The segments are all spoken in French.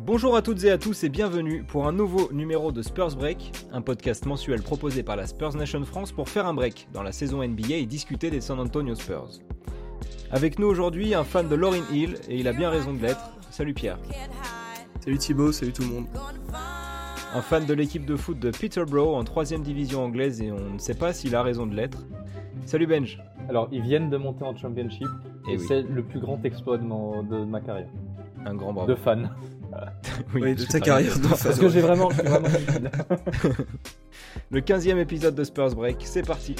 Bonjour à toutes et à tous et bienvenue pour un nouveau numéro de Spurs Break, un podcast mensuel proposé par la Spurs Nation France pour faire un break dans la saison NBA et discuter des San Antonio Spurs. Avec nous aujourd'hui, un fan de Lauryn Hill, et il a bien raison de l'être. Salut Pierre. Salut Thibaut, salut tout le monde. Un fan de l'équipe de foot de Peterborough en 3ème division anglaise et on ne sait pas s'il a raison de l'être. Salut Benj. Alors, ils viennent de monter en Championship et oui. c'est le plus grand exploit de ma carrière. Un grand bravo. De fan. Oui, de ta carrière de fan. Parce que j'ai vraiment Le 15e épisode de Spurs Break, c'est parti.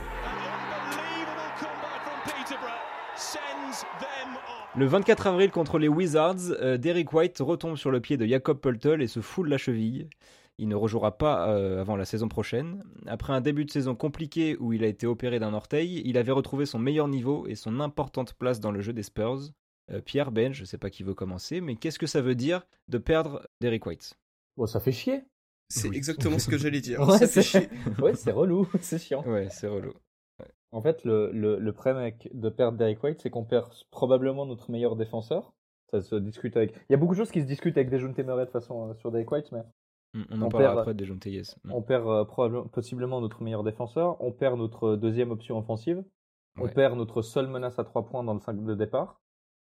Le 24 avril contre les Wizards, Derrick White retombe sur le pied de Jakob Poeltl et se foule la cheville. Il ne rejouera pas avant la saison prochaine. Après un début de saison compliqué où il a été opéré d'un orteil, il avait retrouvé son meilleur niveau et son importante place dans le jeu des Spurs. Pierre, Ben, je ne sais pas qui veut commencer, mais qu'est-ce que ça veut dire de perdre Derrick White ? Bon, ça fait chier. C'est exactement ce que j'allais dire. Ouais, ça fait chier. Ouais, c'est relou, c'est chiant. Ouais, c'est relou. En fait, le problème de perdre Derrick White, c'est qu'on perd probablement notre meilleur défenseur. Ça se discute avec. Il y a beaucoup de choses qui se discutent avec Dejounte Murray de façon sur Derrick White, mais. On en parlera après de Dejounte, yes. On perd possiblement notre meilleur défenseur. On perd notre deuxième option offensive. On perd notre seule menace à 3 points dans le 5 de départ.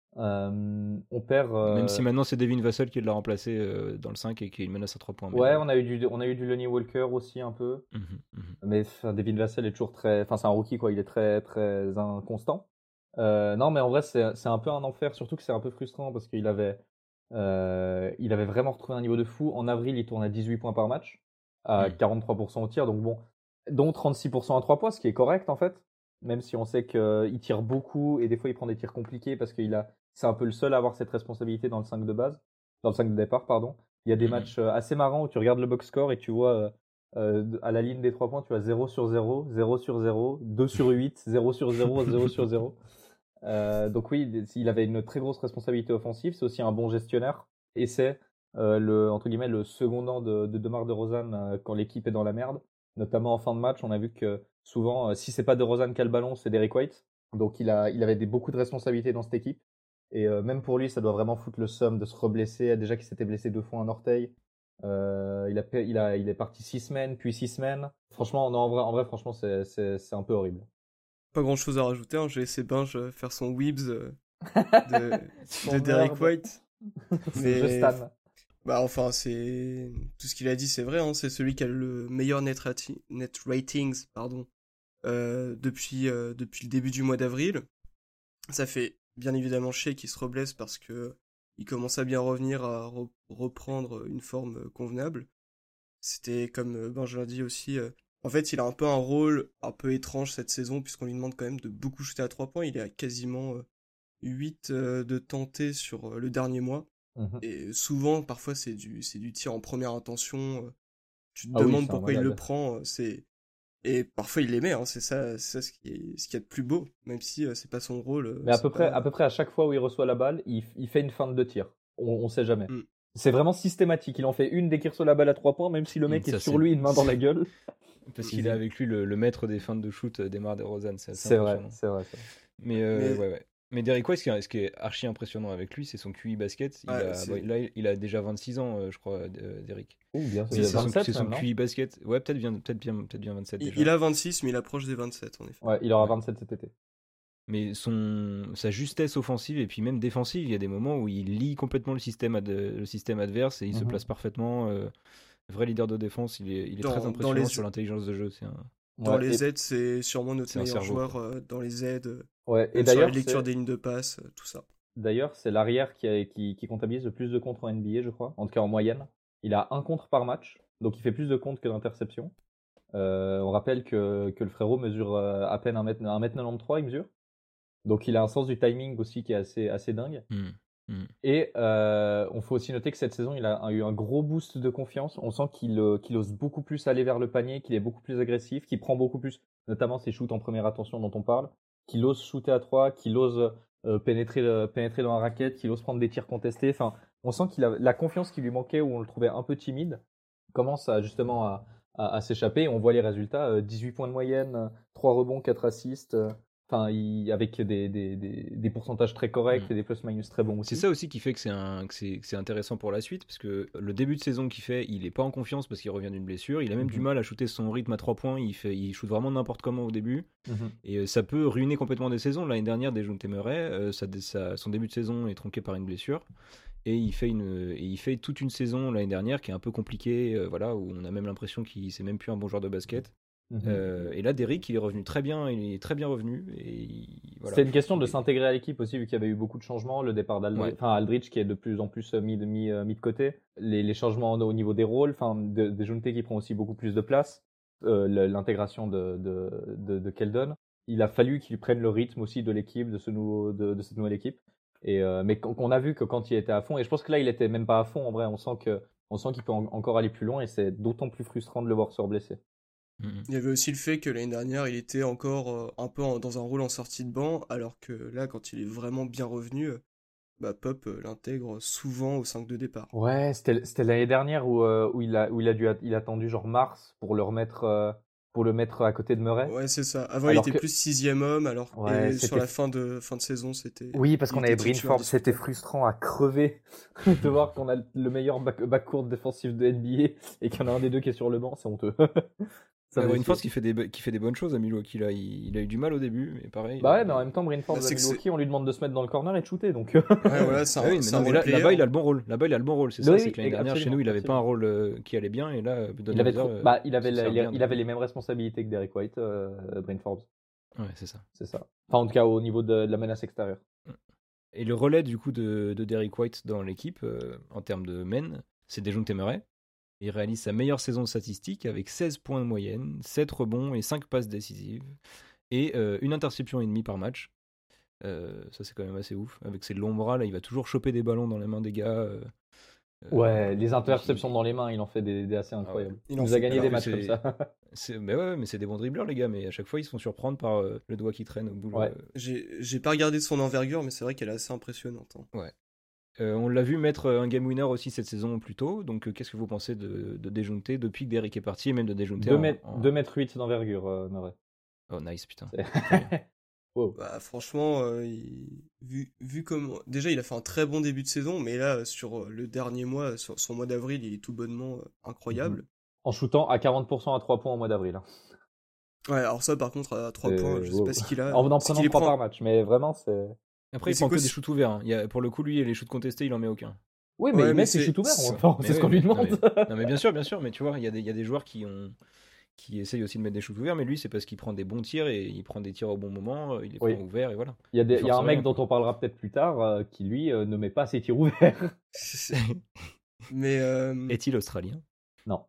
On perd. Même si maintenant c'est Devin Vassell qui l'a remplacé dans le 5 et qui est une menace à 3 points. Ouais, on a eu du Lonnie Walker aussi un peu. Mais Devin Vassell est toujours très. Enfin, c'est un rookie quoi, il est très très inconstant. Non, mais en vrai, c'est un peu un enfer, surtout que c'est un peu frustrant parce qu'il avait vraiment retrouvé un niveau de fou. En avril, il tourne à 18 points par match, à 43% au tir, donc bon, dont 36% à 3 points, ce qui est correct en fait. Même si on sait qu'il tire beaucoup et des fois il prend des tirs compliqués parce c'est un peu le seul à avoir cette responsabilité dans le 5 de base, dans le 5 de départ, pardon. Il y a des matchs assez marrants où tu regardes le box score et tu vois à la ligne des 3 points, tu vois 0 sur 0, 0 sur 0, 2 sur 8, 0 sur 0, 0 sur 0. Donc oui, il avait une très grosse responsabilité offensive, c'est aussi un bon gestionnaire et c'est entre guillemets le secondant de DeMar DeRozan quand l'équipe est dans la merde. Notamment en fin de match, on a vu que souvent, si c'est pas DeRozan qui a le ballon, c'est Derrick White. Donc il avait beaucoup de responsabilités dans cette équipe. Et même pour lui, ça doit vraiment foutre le seum de se reblesser. Déjà qu'il s'était blessé 2 fois un orteil. Il est parti 6 semaines, puis 6 semaines. Franchement, non, en vrai, franchement, c'est un peu horrible. Pas grand chose à rajouter, hein. J'ai laissé Binge faire son Weebs de Derrick White. Mais... Je stan. Bah enfin, c'est tout ce qu'il a dit, c'est vrai, hein. C'est celui qui a le meilleur net ratings, depuis le début du mois d'avril. Ça fait bien évidemment chier qu'il se reblesse parce que il commence à bien revenir, à reprendre une forme convenable. C'était comme Benjamin dit aussi. En fait, il a un peu un rôle un peu étrange cette saison puisqu'on lui demande quand même de beaucoup shooter à 3 points. Il est à quasiment 8 de tentés sur le dernier mois. Et souvent, parfois, c'est du tir en première intention. Tu te demandes pourquoi il le prend. Et parfois, il les met. Hein, c'est ça ce qu'il y a de plus beau, même si c'est pas son rôle. Mais à peu près à chaque fois où il reçoit la balle, il fait une feinte de tir. On sait jamais. C'est vraiment systématique. Il en fait une dès qu'il reçoit la balle à 3 points, même si le mec est sur lui, une main dans la gueule. Parce qu'il a avec lui le maître des feintes de shoot DeMar DeRozan. C'est vrai. Mais ouais. Mais Derrick White, ce qui est archi impressionnant avec lui, c'est son QI basket. Il a déjà 26 ans, je crois, Derrick. Bien sûr. C'est son QI basket. Ouais, peut-être bien 27 déjà. Il a 26, mais il approche des 27, en effet. Ouais, il aura 27 cet été. Mais sa justesse offensive et puis même défensive, il y a des moments où il lit complètement le système adverse et il se place parfaitement. Vrai leader de défense, il est très impressionnant sur l'intelligence de jeu. Dans les aides, c'est sûrement notre meilleur joueur dans les aides. Ouais, et d'ailleurs, sur la lecture des lignes de passe, tout ça. D'ailleurs, c'est l'arrière qui comptabilise le plus de contres en NBA, je crois. En tout cas, en moyenne. Il a 1 contre par match, donc il fait plus de contres que d'interceptions. On rappelle que le frérot mesure à peine 1m93, il mesure. Donc il a un sens du timing aussi qui est assez dingue. Et on faut aussi noter que cette saison, il a eu un gros boost de confiance. On sent qu'il ose beaucoup plus aller vers le panier, qu'il est beaucoup plus agressif, qu'il prend beaucoup plus, notamment ses shoots en première attention dont on parle, qu'il ose shooter à 3, qu'il ose pénétrer dans la raquette, qu'il ose prendre des tirs contestés. Enfin, on sent qu'il a la confiance qui lui manquait où on le trouvait un peu timide, commence justement à s'échapper. On voit les résultats, 18 points de moyenne, 3 rebonds, 4 assists. avec des pourcentages très corrects et des plus-minus très bons aussi. C'est ça aussi qui fait que c'est intéressant pour la suite, parce que le début de saison qu'il fait, il est pas en confiance parce qu'il revient d'une blessure, il a même du mal à shooter son rythme à 3 points, il shoot vraiment n'importe comment au début, et ça peut ruiner complètement des saisons. L'année dernière, Dejounte Murray, son début de saison est tronqué par une blessure, et il fait toute une saison l'année dernière qui est un peu compliquée, voilà, où on a même l'impression qu'il c'est même plus un bon joueur de basket. Et là, Derrick, il est revenu très bien, il est très bien revenu. Voilà. C'est une question de s'intégrer à l'équipe aussi, vu qu'il y avait eu beaucoup de changements. Le départ d'Aldridge qui est de plus en plus mis de côté. Les changements au niveau des rôles, Dejounte qui prend aussi beaucoup plus de place. L'intégration de Keldon. Il a fallu qu'il prenne le rythme aussi de l'équipe, de cette nouvelle équipe. Mais qu'on a vu que quand il était à fond, et je pense que là, il était même pas à fond en vrai, on sent qu'il peut encore aller plus loin, et c'est d'autant plus frustrant de le voir se reblesser. Il y avait aussi le fait que l'année dernière, il était encore un peu dans un rôle en sortie de banc, alors que là, quand il est vraiment bien revenu, Pop l'intègre souvent au 5 de départ. Ouais, c'était l'année dernière où il a attendu genre mars pour le mettre à côté de Murray. Ouais, c'est ça. Avant, il était plus 6e homme, alors ouais, sur la fin de saison, c'était... Oui, parce qu'on avait Bryn Forbes, c'était frustrant à crever de voir qu'on a le meilleur backcourt défensif de NBA et qu'il y en a un des deux qui est sur le banc, c'est honteux. Bryn Forbes qui fait des bonnes choses à Milwaukee là, il a eu du mal au début, mais pareil. Bah ouais, mais en même temps, Bryn Forbes à Milwaukee, on lui demande de se mettre dans le corner et de shooter, donc. Ouais, voilà, là-bas, il a le bon rôle. Là-bas, il a le bon rôle. C'est ça, oui, c'est que l'année dernière, chez nous, il avait pas un rôle qui allait bien, et là, il avait les mêmes responsabilités que Derrick White, Bryn Forbes. Ouais, c'est ça. C'est ça. Enfin, en tout cas, au niveau de la menace extérieure. Et le relais du coup de Derrick White dans l'équipe, en termes de men, c'est Dejounte Murray. Il réalise sa meilleure saison statistique avec 16 points de moyenne, 7 rebonds et 5 passes décisives, et une interception et demie par match. Ça, c'est quand même assez ouf. Avec ses longs bras, là, il va toujours choper des ballons dans les mains des gars. Ouais, les interceptions dans les mains, il en fait des assez incroyables. Il nous a gagné des matchs comme ça. Mais c'est des bons dribbleurs, les gars, mais à chaque fois, ils se font surprendre par le doigt qui traîne au bout. Ouais. J'ai pas regardé son envergure, mais c'est vrai qu'elle est assez impressionnante. Hein. Ouais. On l'a vu mettre un game winner aussi cette saison plus tôt, donc qu'est-ce que vous pensez de Dejounte depuis que Derrick est parti, et même de Dejounte 2m8 d'envergure, Murray. Oh nice, putain. Wow. Franchement, vu comme... Déjà, il a fait un très bon début de saison, mais là, sur le dernier mois, sur son mois d'avril, il est tout bonnement incroyable. En shootant à 40% à 3 points au mois d'avril. Hein. Ouais, alors ça, par contre, à 3 points, je sais pas ce qu'il a. En prenant 3 par match, mais vraiment, c'est... Après, il prend que des shoots ouverts. Hein. Pour le coup, lui, les shoots contestés, il en met aucun. Oui, mais il met ses shoots ouverts, c'est ce qu'on lui demande. Non, mais bien sûr, mais tu vois, il y a des joueurs qui essayent aussi de mettre des shoots ouverts, mais lui, c'est parce qu'il prend des bons tirs et il prend des tirs au bon moment, il les prend ouverts et voilà. Il y a un mec dont on parlera peut-être plus tard qui, lui, ne met pas ses tirs ouverts. Mais est-il australien? Non.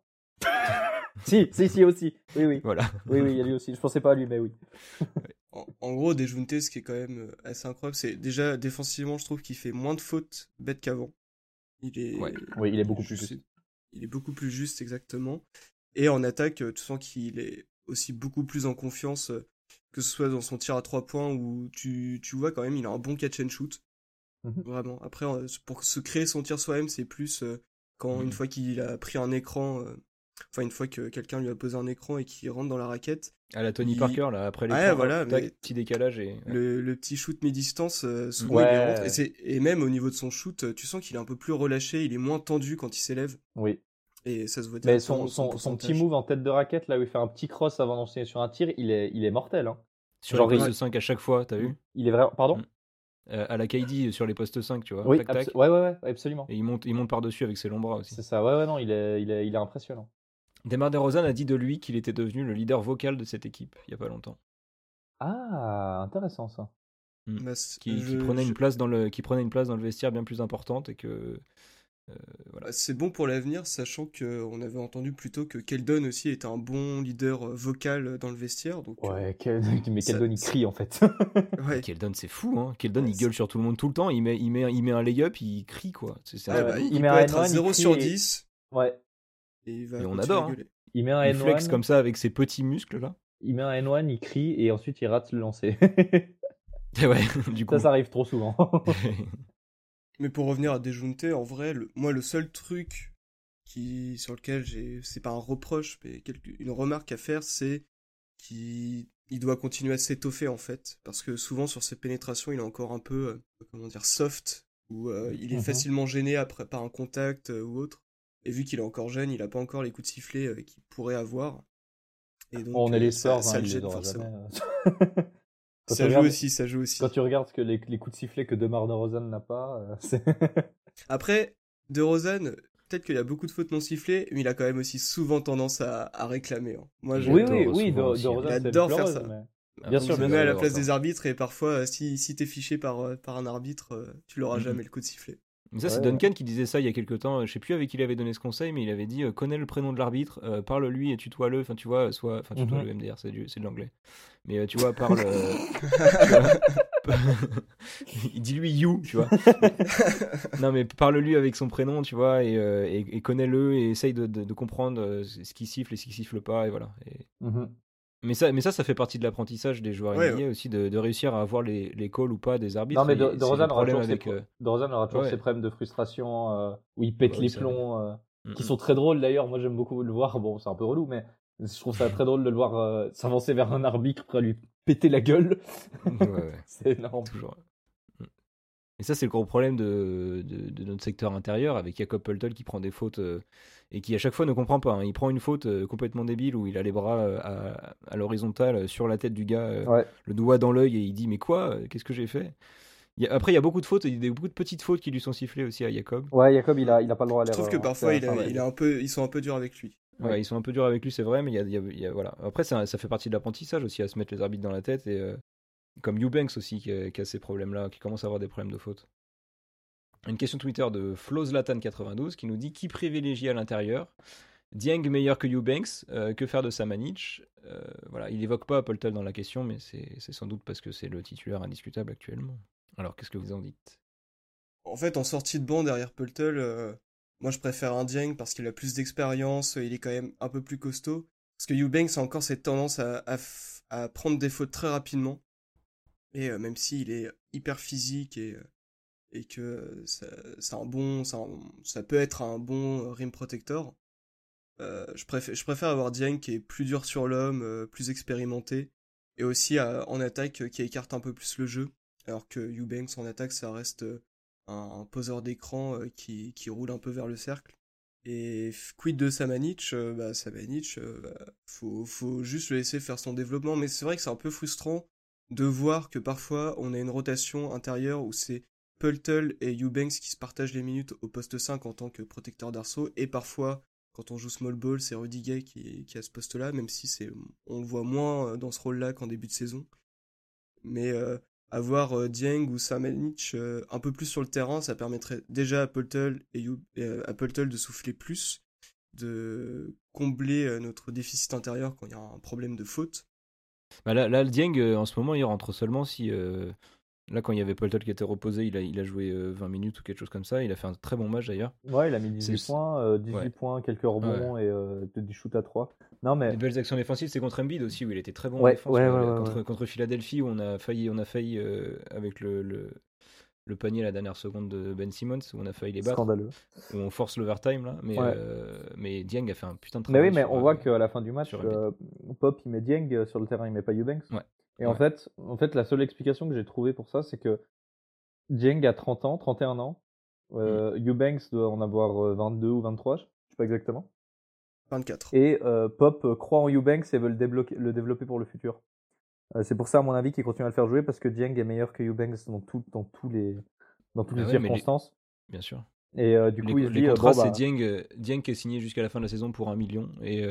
si aussi. Oui. Voilà. Oui, il y a lui aussi. Je pensais pas à lui, mais oui. En gros, Dejounte, ce qui est quand même assez incroyable, c'est déjà défensivement, je trouve qu'il fait moins de fautes bêtes qu'avant. Oui, il est beaucoup plus juste. Il est beaucoup plus juste, exactement. Et en attaque, tu sens qu'il est aussi beaucoup plus en confiance, que ce soit dans son tir à 3 points, où tu vois quand même, il a un bon catch and shoot. Vraiment. Après, pour se créer son tir soi-même, c'est plus quand une fois qu'il a pris un écran... une fois que quelqu'un lui a posé un écran et qu'il rentre dans la raquette. À la Tony Parker, là, après l'écran, voilà, petit décalage. Et... Le petit shoot mi-distance, souvent il rentre. Et même au niveau de son shoot, tu sens qu'il est un peu plus relâché, il est moins tendu quand il s'élève. Oui. Et ça se voit. Mais son petit move en tête de raquette, là où il fait un petit cross avant d'enchaîner sur un tir, il est mortel. Hein. Sur les postes 5 à chaque fois, t'as vu? Il est vraiment... Pardon? À la KD sur les postes 5, tu vois. Oui, tac. Ouais, absolument. Et il monte par-dessus avec ses longs bras aussi. C'est ça, ouais, non, il est impressionnant. DeMar DeRozan a dit de lui qu'il était devenu le leader vocal de cette équipe, il y a pas longtemps. Ah, intéressant ça. Qui prenait une place dans le vestiaire bien plus importante et que... voilà. C'est bon pour l'avenir, sachant qu'on avait entendu plutôt que Keldon aussi était un bon leader vocal dans le vestiaire. Donc, mais Keldon il crie en fait. Ouais. Keldon c'est fou, hein. Keldon il gueule sur tout le monde tout le temps, il met un lay-up, il crie quoi. Il peut être à 0 sur 10. Ouais. Et on adore. Hein. Il met un il flex comme ça avec ses petits muscles là. Il met un N1, il crie et ensuite il rate le lancer. Ouais, du coup. Ça arrive trop souvent. Mais pour revenir à Dejounte, en vrai, moi, le seul truc sur lequel c'est pas un reproche, mais une remarque à faire, c'est qu'il il doit continuer à s'étoffer en fait, parce que souvent sur ses pénétrations, il est encore un peu, soft, ou il est facilement gêné après par un contact ou autre. Et vu qu'il est encore jeune, il a pas encore les coups de sifflet qu'il pourrait avoir. Et donc, On est les ça Spurs, le il les gêne aura forcément. jamais. Ça joue aussi. Quand tu regardes que les coups de sifflet que DeMar DeRozan n'a pas, c'est... Après, DeRozan, peut-être qu'il y a beaucoup de fautes non sifflées, mais il a quand même aussi souvent tendance à réclamer. Hein. Moi, Oui, DeRozan, il adore faire ça. Bien sûr, je me mets à la place des arbitres et parfois, si t'es fiché par un arbitre, tu l'auras jamais le coup de sifflet. Mais ça, c'est Duncan qui disait ça il y a quelques temps. Je sais plus avec qui il avait donné ce conseil, mais il avait dit connais le prénom de l'arbitre, parle-lui et tutoie-le. Enfin, tu vois, tutoie-le MDR, c'est de l'anglais. Mais tu vois, parle. Il dit lui you, tu vois. Non, mais parle-lui avec son prénom, tu vois, et connais-le et essaye de comprendre ce qui siffle et ce qui siffle pas, et voilà. Mais ça fait partie de l'apprentissage des joueurs NBA aussi, de réussir à avoir les calls ou pas des arbitres. Non, mais DeRozan aura toujours Ouais. ses problèmes de frustration où il pète les plombs, qui sont très drôles d'ailleurs. Moi, j'aime beaucoup le voir. Bon, c'est un peu relou, mais je trouve ça très drôle de le voir s'avancer vers un arbitre prêt à lui péter la gueule. Ouais. C'est énorme. Toujours. Et ça, c'est le gros problème de notre secteur intérieur, avec Jakob Poeltl qui prend des fautes et qui à chaque fois ne comprend pas. Hein. Il prend une faute complètement débile où il a les bras à l'horizontale sur la tête du gars, le doigt dans l'œil, et il dit mais quoi, qu'est-ce que j'ai fait? Après, il y a beaucoup de fautes, il y a beaucoup de petites fautes qui lui sont sifflées aussi à Jakob. Ouais, Jakob, il a pas le droit à l'erreur. Je trouve que parfois, ils sont un peu durs avec lui. Ouais, ils sont un peu durs avec lui, c'est vrai, mais voilà. Après, ça fait partie de l'apprentissage aussi, à se mettre les arbitres dans la tête, et comme Eubanks aussi, qui a ces problèmes-là, qui commence à avoir des problèmes de faute. Une question Twitter de FloZlatan92 qui nous dit qui privilégie à l'intérieur, Dieng meilleur que Eubanks, que faire de Samanic? Voilà, il évoque pas Poeltl dans la question, mais c'est sans doute parce que c'est le titulaire indiscutable actuellement. Alors, qu'est-ce que vous en dites? En fait, en sortie de banc derrière Poeltl, moi je préfère un Dieng parce qu'il a plus d'expérience, il est quand même un peu plus costaud. Parce que Eubanks a encore cette tendance à prendre des fautes très rapidement. Et même s'il est hyper physique et que ça peut être un bon rim protector, je préfère avoir Dieng qui est plus dur sur l'homme, plus expérimenté, et aussi en attaque qui écarte un peu plus le jeu, alors que Eubanks en attaque ça reste un poseur d'écran qui roule un peu vers le cercle. Et quid de Samanic, Samanic, faut juste le laisser faire son développement, mais c'est vrai que c'est un peu frustrant de voir que parfois on a une rotation intérieure où c'est Poeltl et Eubanks qui se partagent les minutes au poste 5 en tant que protecteur d'arceau, et parfois quand on joue small ball c'est Rudy Gay qui a ce poste là, même si on le voit moins dans ce rôle là qu'en début de saison. Mais avoir Dieng ou Samanic un peu plus sur le terrain, ça permettrait déjà à Poeltl à Poeltl de souffler plus, de combler notre déficit intérieur quand il y a un problème de faute. Bah là, le Dieng, en ce moment, il rentre seulement si... Là, quand il y avait Poeltl qui était reposé, il a joué 20 minutes ou quelque chose comme ça. Il a fait un très bon match d'ailleurs. Ouais, il a mis 18 points, 18 points, quelques rebonds et des shoots à 3. Non, mais... Des belles actions défensives, c'est contre Embiid aussi, où il était très bon en défense. Contre Philadelphie, où on a failli avec le panier à la dernière seconde de Ben Simmons, où on a failli les battre. Scandaleux. Où on force l'overtime, là. Mais Dieng a fait un putain de travail. Mais oui, mais on voit qu'à la fin du match, Pop, il met Dieng sur le terrain, il met pas Eubanks. Ouais. Et en fait, la seule explication que j'ai trouvée pour ça, c'est que Dieng a 30 ans, 31 ans. Eubanks doit en avoir 22 ou 23, je sais pas exactement. 24. Et Pop croit en Eubanks et veut le développer pour le futur. C'est pour ça, à mon avis, qu'il continue à le faire jouer, parce que Dieng est meilleur que Eubanks dans toutes les circonstances. Bien sûr. Et du coup, les contrats, c'est Dieng qui est signé jusqu'à la fin de la saison pour 1 million. Et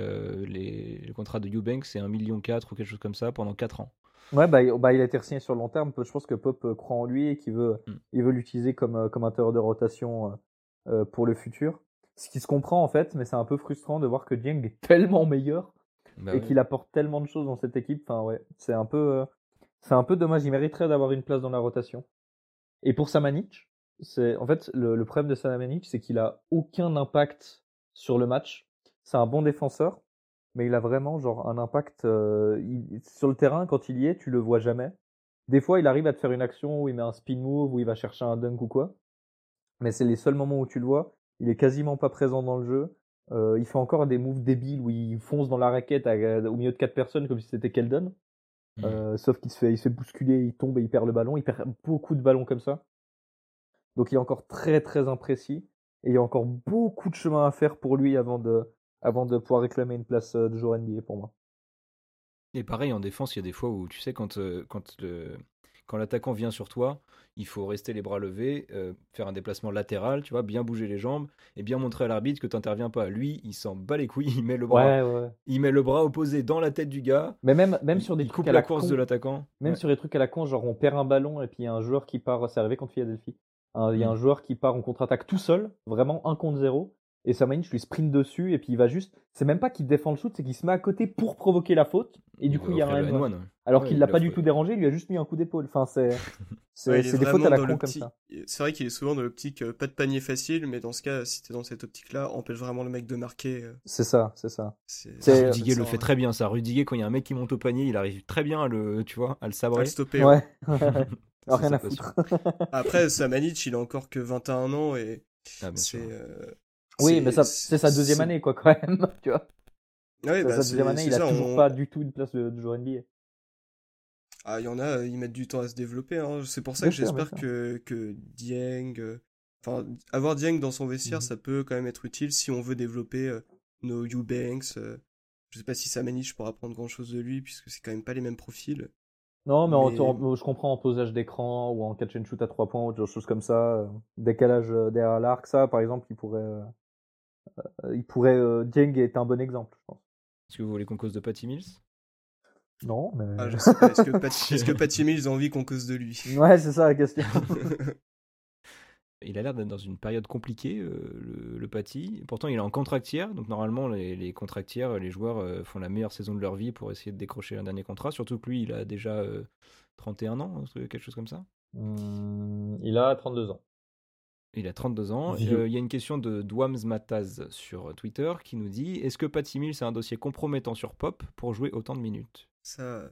le contrat de Eubanks, c'est 1,4 million ou quelque chose comme ça pendant 4 ans. Ouais, il a été signé sur le long terme. Je pense que Pop croit en lui et qu'il veut l'utiliser comme un tireur de rotation pour le futur. Ce qui se comprend en fait, mais c'est un peu frustrant de voir que Dieng est tellement meilleur qu'il apporte tellement de choses dans cette équipe. Enfin, ouais, c'est un peu dommage. Il mériterait d'avoir une place dans la rotation. Et pour Samanic, en fait le problème de Samanic, c'est qu'il a aucun impact sur le match. C'est un bon défenseur, mais il a vraiment genre un impact sur le terrain. Quand il y est, tu le vois jamais. Des fois, il arrive à te faire une action où il met un spin move, où il va chercher un dunk ou quoi. Mais c'est les seuls moments où tu le vois. Il est quasiment pas présent dans le jeu. Il fait encore des moves débiles où il fonce dans la raquette au milieu de 4 personnes comme si c'était Keldon. Sauf qu'il se fait bousculer, il tombe et il perd le ballon. Il perd beaucoup de ballons comme ça. Donc il est encore très très imprécis. Et il y a encore beaucoup de chemin à faire pour lui avant de pouvoir réclamer une place de joueur NBA pour moi. Et pareil, en défense, il y a des fois où, tu sais, quand l'attaquant vient sur toi, il faut rester les bras levés, faire un déplacement latéral, tu vois, bien bouger les jambes et bien montrer à l'arbitre que tu n'interviens pas. Lui, il s'en bat les couilles, il met le bras, il met le bras opposé dans la tête du gars. Mais même sur des trucs à la course de l'attaquant. Même sur des trucs à la con, genre on perd un ballon et puis il y a un joueur qui part, c'est arrivé contre Philadelphie. Il y a un joueur qui part en contre-attaque tout seul, vraiment 1 contre 0. Et Samanic lui sprint dessus et puis il va juste. C'est même pas qu'il défend le shoot, c'est qu'il se met à côté pour provoquer la faute. Et du coup, il y a un one. Alors qu'il l'a pas du tout dérangé, il lui a juste mis un coup d'épaule. Enfin, c'est des fautes à la con comme ça. C'est vrai qu'il est souvent dans l'optique pas de panier facile, mais dans ce cas, si t'es dans cette optique-là, empêche vraiment le mec de marquer. C'est ça. Rudiger le fait très bien, ça. Rudiger, quand il y a un mec qui monte au panier, il arrive très bien à le sabrer. À le stopper. Ouais. Rien à foutre. Après, Samanic, il a encore que 21 ans et oui, mais c'est sa deuxième année, quoi, quand même, tu vois. Ouais, sa deuxième année, il a toujours pas du tout une place de joueur NBA. Ah, il y en a, ils mettent du temps à se développer. Hein. C'est pour ça que j'espère que Dieng... Enfin, avoir Dieng dans son vestiaire, ça peut quand même être utile si on veut développer nos Eubanks. Je sais pas si Samanic pourra apprendre grand-chose de lui, puisque c'est quand même pas les mêmes profils. Non, mais je comprends en posage d'écran ou en catch and shoot à 3 points ou des choses comme ça. Décalage derrière l'arc, ça, par exemple, il pourrait Dieng est un bon exemple, je pense. Est-ce que vous voulez qu'on cause de Patty Mills? Non, mais... Ah, je sais pas, est-ce que Patty Mills a envie qu'on cause de lui? Ouais, c'est ça la question. Il a l'air d'être dans une période compliquée, le Patty. Pourtant, il est en contractière. Donc, normalement, les contractières, les joueurs font la meilleure saison de leur vie pour essayer de décrocher un dernier contrat. Surtout que lui, il a déjà 31 ans, quelque chose comme ça. Il a 32 ans. Il a 32 ans. Il y a une question de Dwams Mataz sur Twitter qui nous dit: est-ce que Patty Mills a un dossier compromettant sur Pop pour jouer autant de minutes? Ça...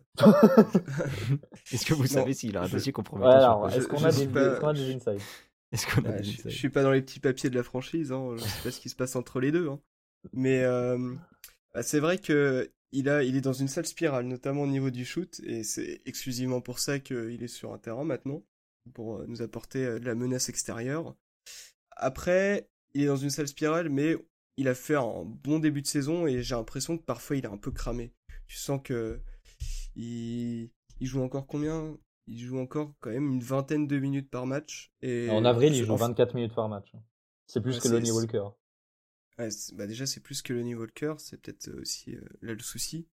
Est-ce que vous savez s'il a un dossier compromettant sur Pop? Est-ce qu'on a des insights? Je suis pas dans les petits papiers de la franchise, hein. Je sais pas ce qui se passe entre les deux. Hein. Mais c'est vrai que il est dans une sale spirale, notamment au niveau du shoot, et c'est exclusivement pour ça qu'il est sur un terrain maintenant, pour nous apporter de la menace extérieure. Après, il est dans une sale spirale, mais il a fait un bon début de saison, et j'ai l'impression que parfois il est un peu cramé. Tu sens que il joue encore combien? Il joue encore quand même une vingtaine de minutes par match. Et en avril, il joue 24 minutes par match. C'est plus que Lonnie Walker. Ouais, déjà, c'est plus que Lonnie Walker. C'est peut-être aussi là le souci.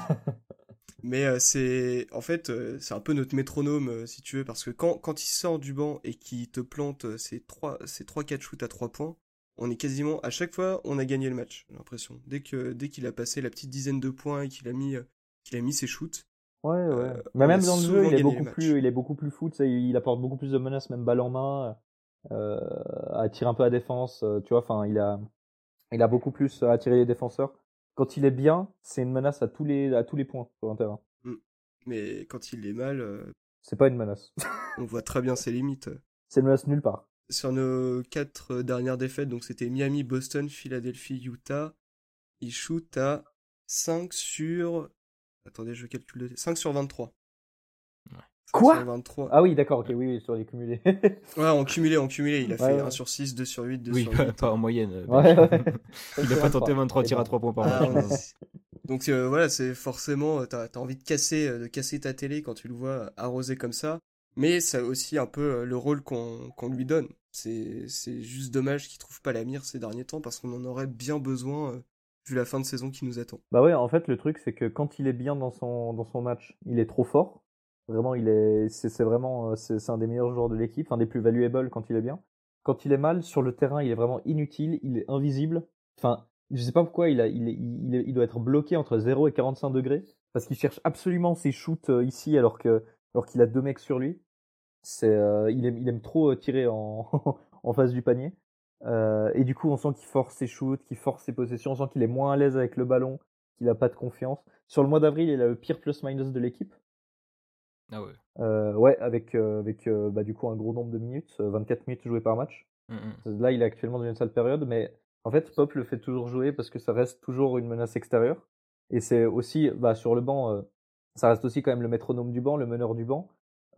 Mais c'est un peu notre métronome, si tu veux. Parce que quand il sort du banc et qu'il te plante ces 3-4 shoots à 3 points, on est quasiment... À chaque fois, on a gagné le match, j'ai l'impression. Dès qu'il a passé la petite dizaine de points et qu'il a mis ses shoots... Ouais. Mais même dans le jeu, il est beaucoup plus fou, il apporte beaucoup plus de menaces, même balle en main, attire un peu à défense, tu vois, enfin, il a beaucoup plus attiré les défenseurs. Quand il est bien, c'est une menace à tous les points sur un terrain. Mais quand il est mal... c'est pas une menace. On voit très bien ses limites. C'est une menace nulle part. Sur nos 4 dernières défaites, donc c'était Miami, Boston, Philadelphie, Utah, il shoot à 5 sur... Attendez, je calcule. 5 sur 23. Ouais. Quoi 23. Ah oui, d'accord, ok, oui, sur les cumulés. Ouais, en cumulé, il a fait 1 sur 6, 2 sur 8, 2 sur 8. Oui, pas en moyenne. Ouais. Il a pas tenté 23 tirs à 3 points par match. Donc voilà, c'est forcément, t'as envie de casser ta télé quand tu le vois arrosé comme ça. Mais c'est aussi un peu le rôle qu'on lui donne. C'est juste dommage qu'il trouve pas la mire ces derniers temps parce qu'on en aurait bien besoin vu la fin de saison qui nous attend. Bah ouais, en fait, le truc, c'est que quand il est bien dans son match, il est trop fort. Vraiment, c'est un des meilleurs joueurs de l'équipe, un des plus valuables quand il est bien. Quand il est mal, sur le terrain, il est vraiment inutile, il est invisible. Enfin, je sais pas pourquoi il doit être bloqué entre 0 et 45 degrés, parce qu'il cherche absolument ses shoots ici, alors qu'il a 2 mecs sur lui. Il aime trop tirer en face du panier. Et du coup, on sent qu'il force ses shoots, qu'il force ses possessions, on sent qu'il est moins à l'aise avec le ballon, qu'il a pas de confiance. Sur le mois d'avril, il a le pire plus-minus de l'équipe. Ah ouais. Ouais, avec du coup un gros nombre de minutes, 24 minutes jouées par match. Là, il est actuellement dans une sale période, mais en fait, Pop le fait toujours jouer parce que ça reste toujours une menace extérieure. Et c'est aussi, sur le banc, ça reste aussi quand même le métronome du banc, le meneur du banc.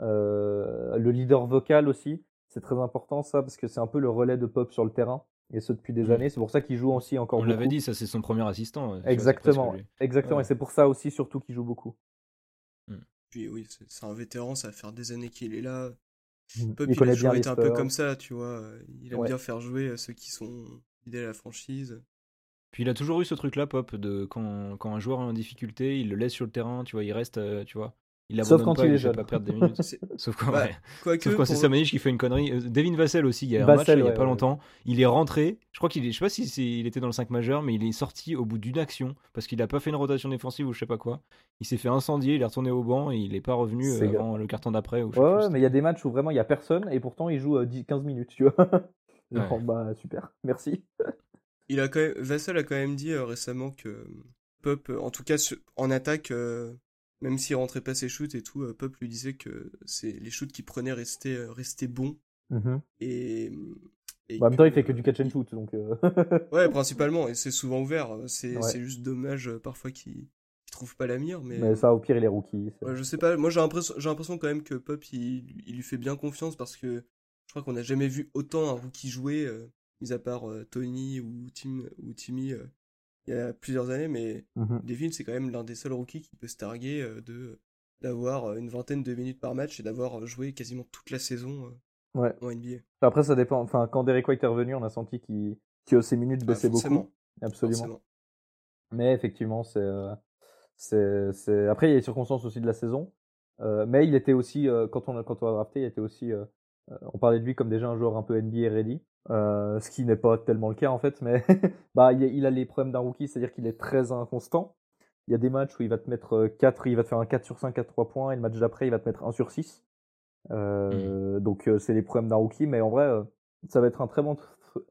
Le leader vocal aussi, c'est très important ça, parce que c'est un peu le relais de Pop sur le terrain, et ce depuis des années. C'est pour ça qu'il joue aussi encore beaucoup. On l'avait dit, ça c'est son premier assistant. Exactement, exactement, Ouais. et c'est pour ça aussi surtout qu'il joue beaucoup. Puis oui, c'est un vétéran, ça va faire des années qu'il est là. Il il connaît a bien toujours les été un peu Spurs. comme ça, tu vois. Il aime Ouais. bien faire jouer ceux qui sont fidèles à la franchise. Puis il a toujours eu ce truc-là, Pop, de quand un joueur est en difficulté, il le laisse sur le terrain, tu vois, il reste, tu vois. Il Sauf abandonne quand pas, il il est ne fait jeune. pas perdre des minutes. C'est- Sauf quand, Bah, ouais. quoique, Sauf quand c'est pour- Samanich qui fait une connerie. Devin Vassell aussi, il y a un Vassell, match, là, il n'y a ouais, pas ouais. longtemps. Il est rentré, je crois qu'il est, je sais pas si il était dans le 5 majeur, mais il est sorti au bout d'une action parce qu'il a pas fait une rotation défensive ou je sais pas quoi. Il s'est fait incendier, il est retourné au banc et il est pas revenu C'est avant le carton d'après. Ou je sais Ouais, plus, mais il y a des matchs où vraiment il y a personne et pourtant il joue 15 minutes, tu vois. Genre, Ouais. bah super, merci. Vassell a quand même dit récemment que Pop, en tout cas en attaque, même s'il rentrait pas ses shoots et tout, Pop lui disait que c'est les shoots qu'il prenait restaient bons. Et Bah, en même temps, il fait que du catch and shoot, donc. Ouais, principalement, et c'est souvent ouvert. C'est Ouais. juste dommage parfois qu'il trouve pas la mire, Mais ça, au pire, il est rookie. Ouais, je sais pas, moi j'ai l'impression quand même que Pop il lui fait bien confiance parce que je crois qu'on n'a jamais vu autant un rookie jouer, mis à part Tony ou Timmy il y a plusieurs années, mais Devin c'est quand même l'un des seuls rookies qui peut se targuer d'avoir une vingtaine de minutes par match et d'avoir joué quasiment toute la saison Ouais. en NBA. Après, ça dépend. Enfin, quand Derek White est revenu, on a senti que ses minutes baissaient beaucoup. Absolument. Forcément. Mais effectivement, après, il y a les circonstances aussi de la saison. Mais il était aussi, quand on l'a drafté, il était aussi. On parlait de lui comme déjà un joueur un peu NBA ready. Ce qui n'est pas tellement le cas en fait, mais bah, il a les problèmes d'un rookie, c'est-à-dire qu'il est très inconstant. Il y a des matchs où il va te mettre 4, il va te faire un 4 sur 5 à 3 points, et le match d'après, il va te mettre 1 sur 6. Donc c'est les problèmes d'un rookie, mais en vrai, ça va être un très bon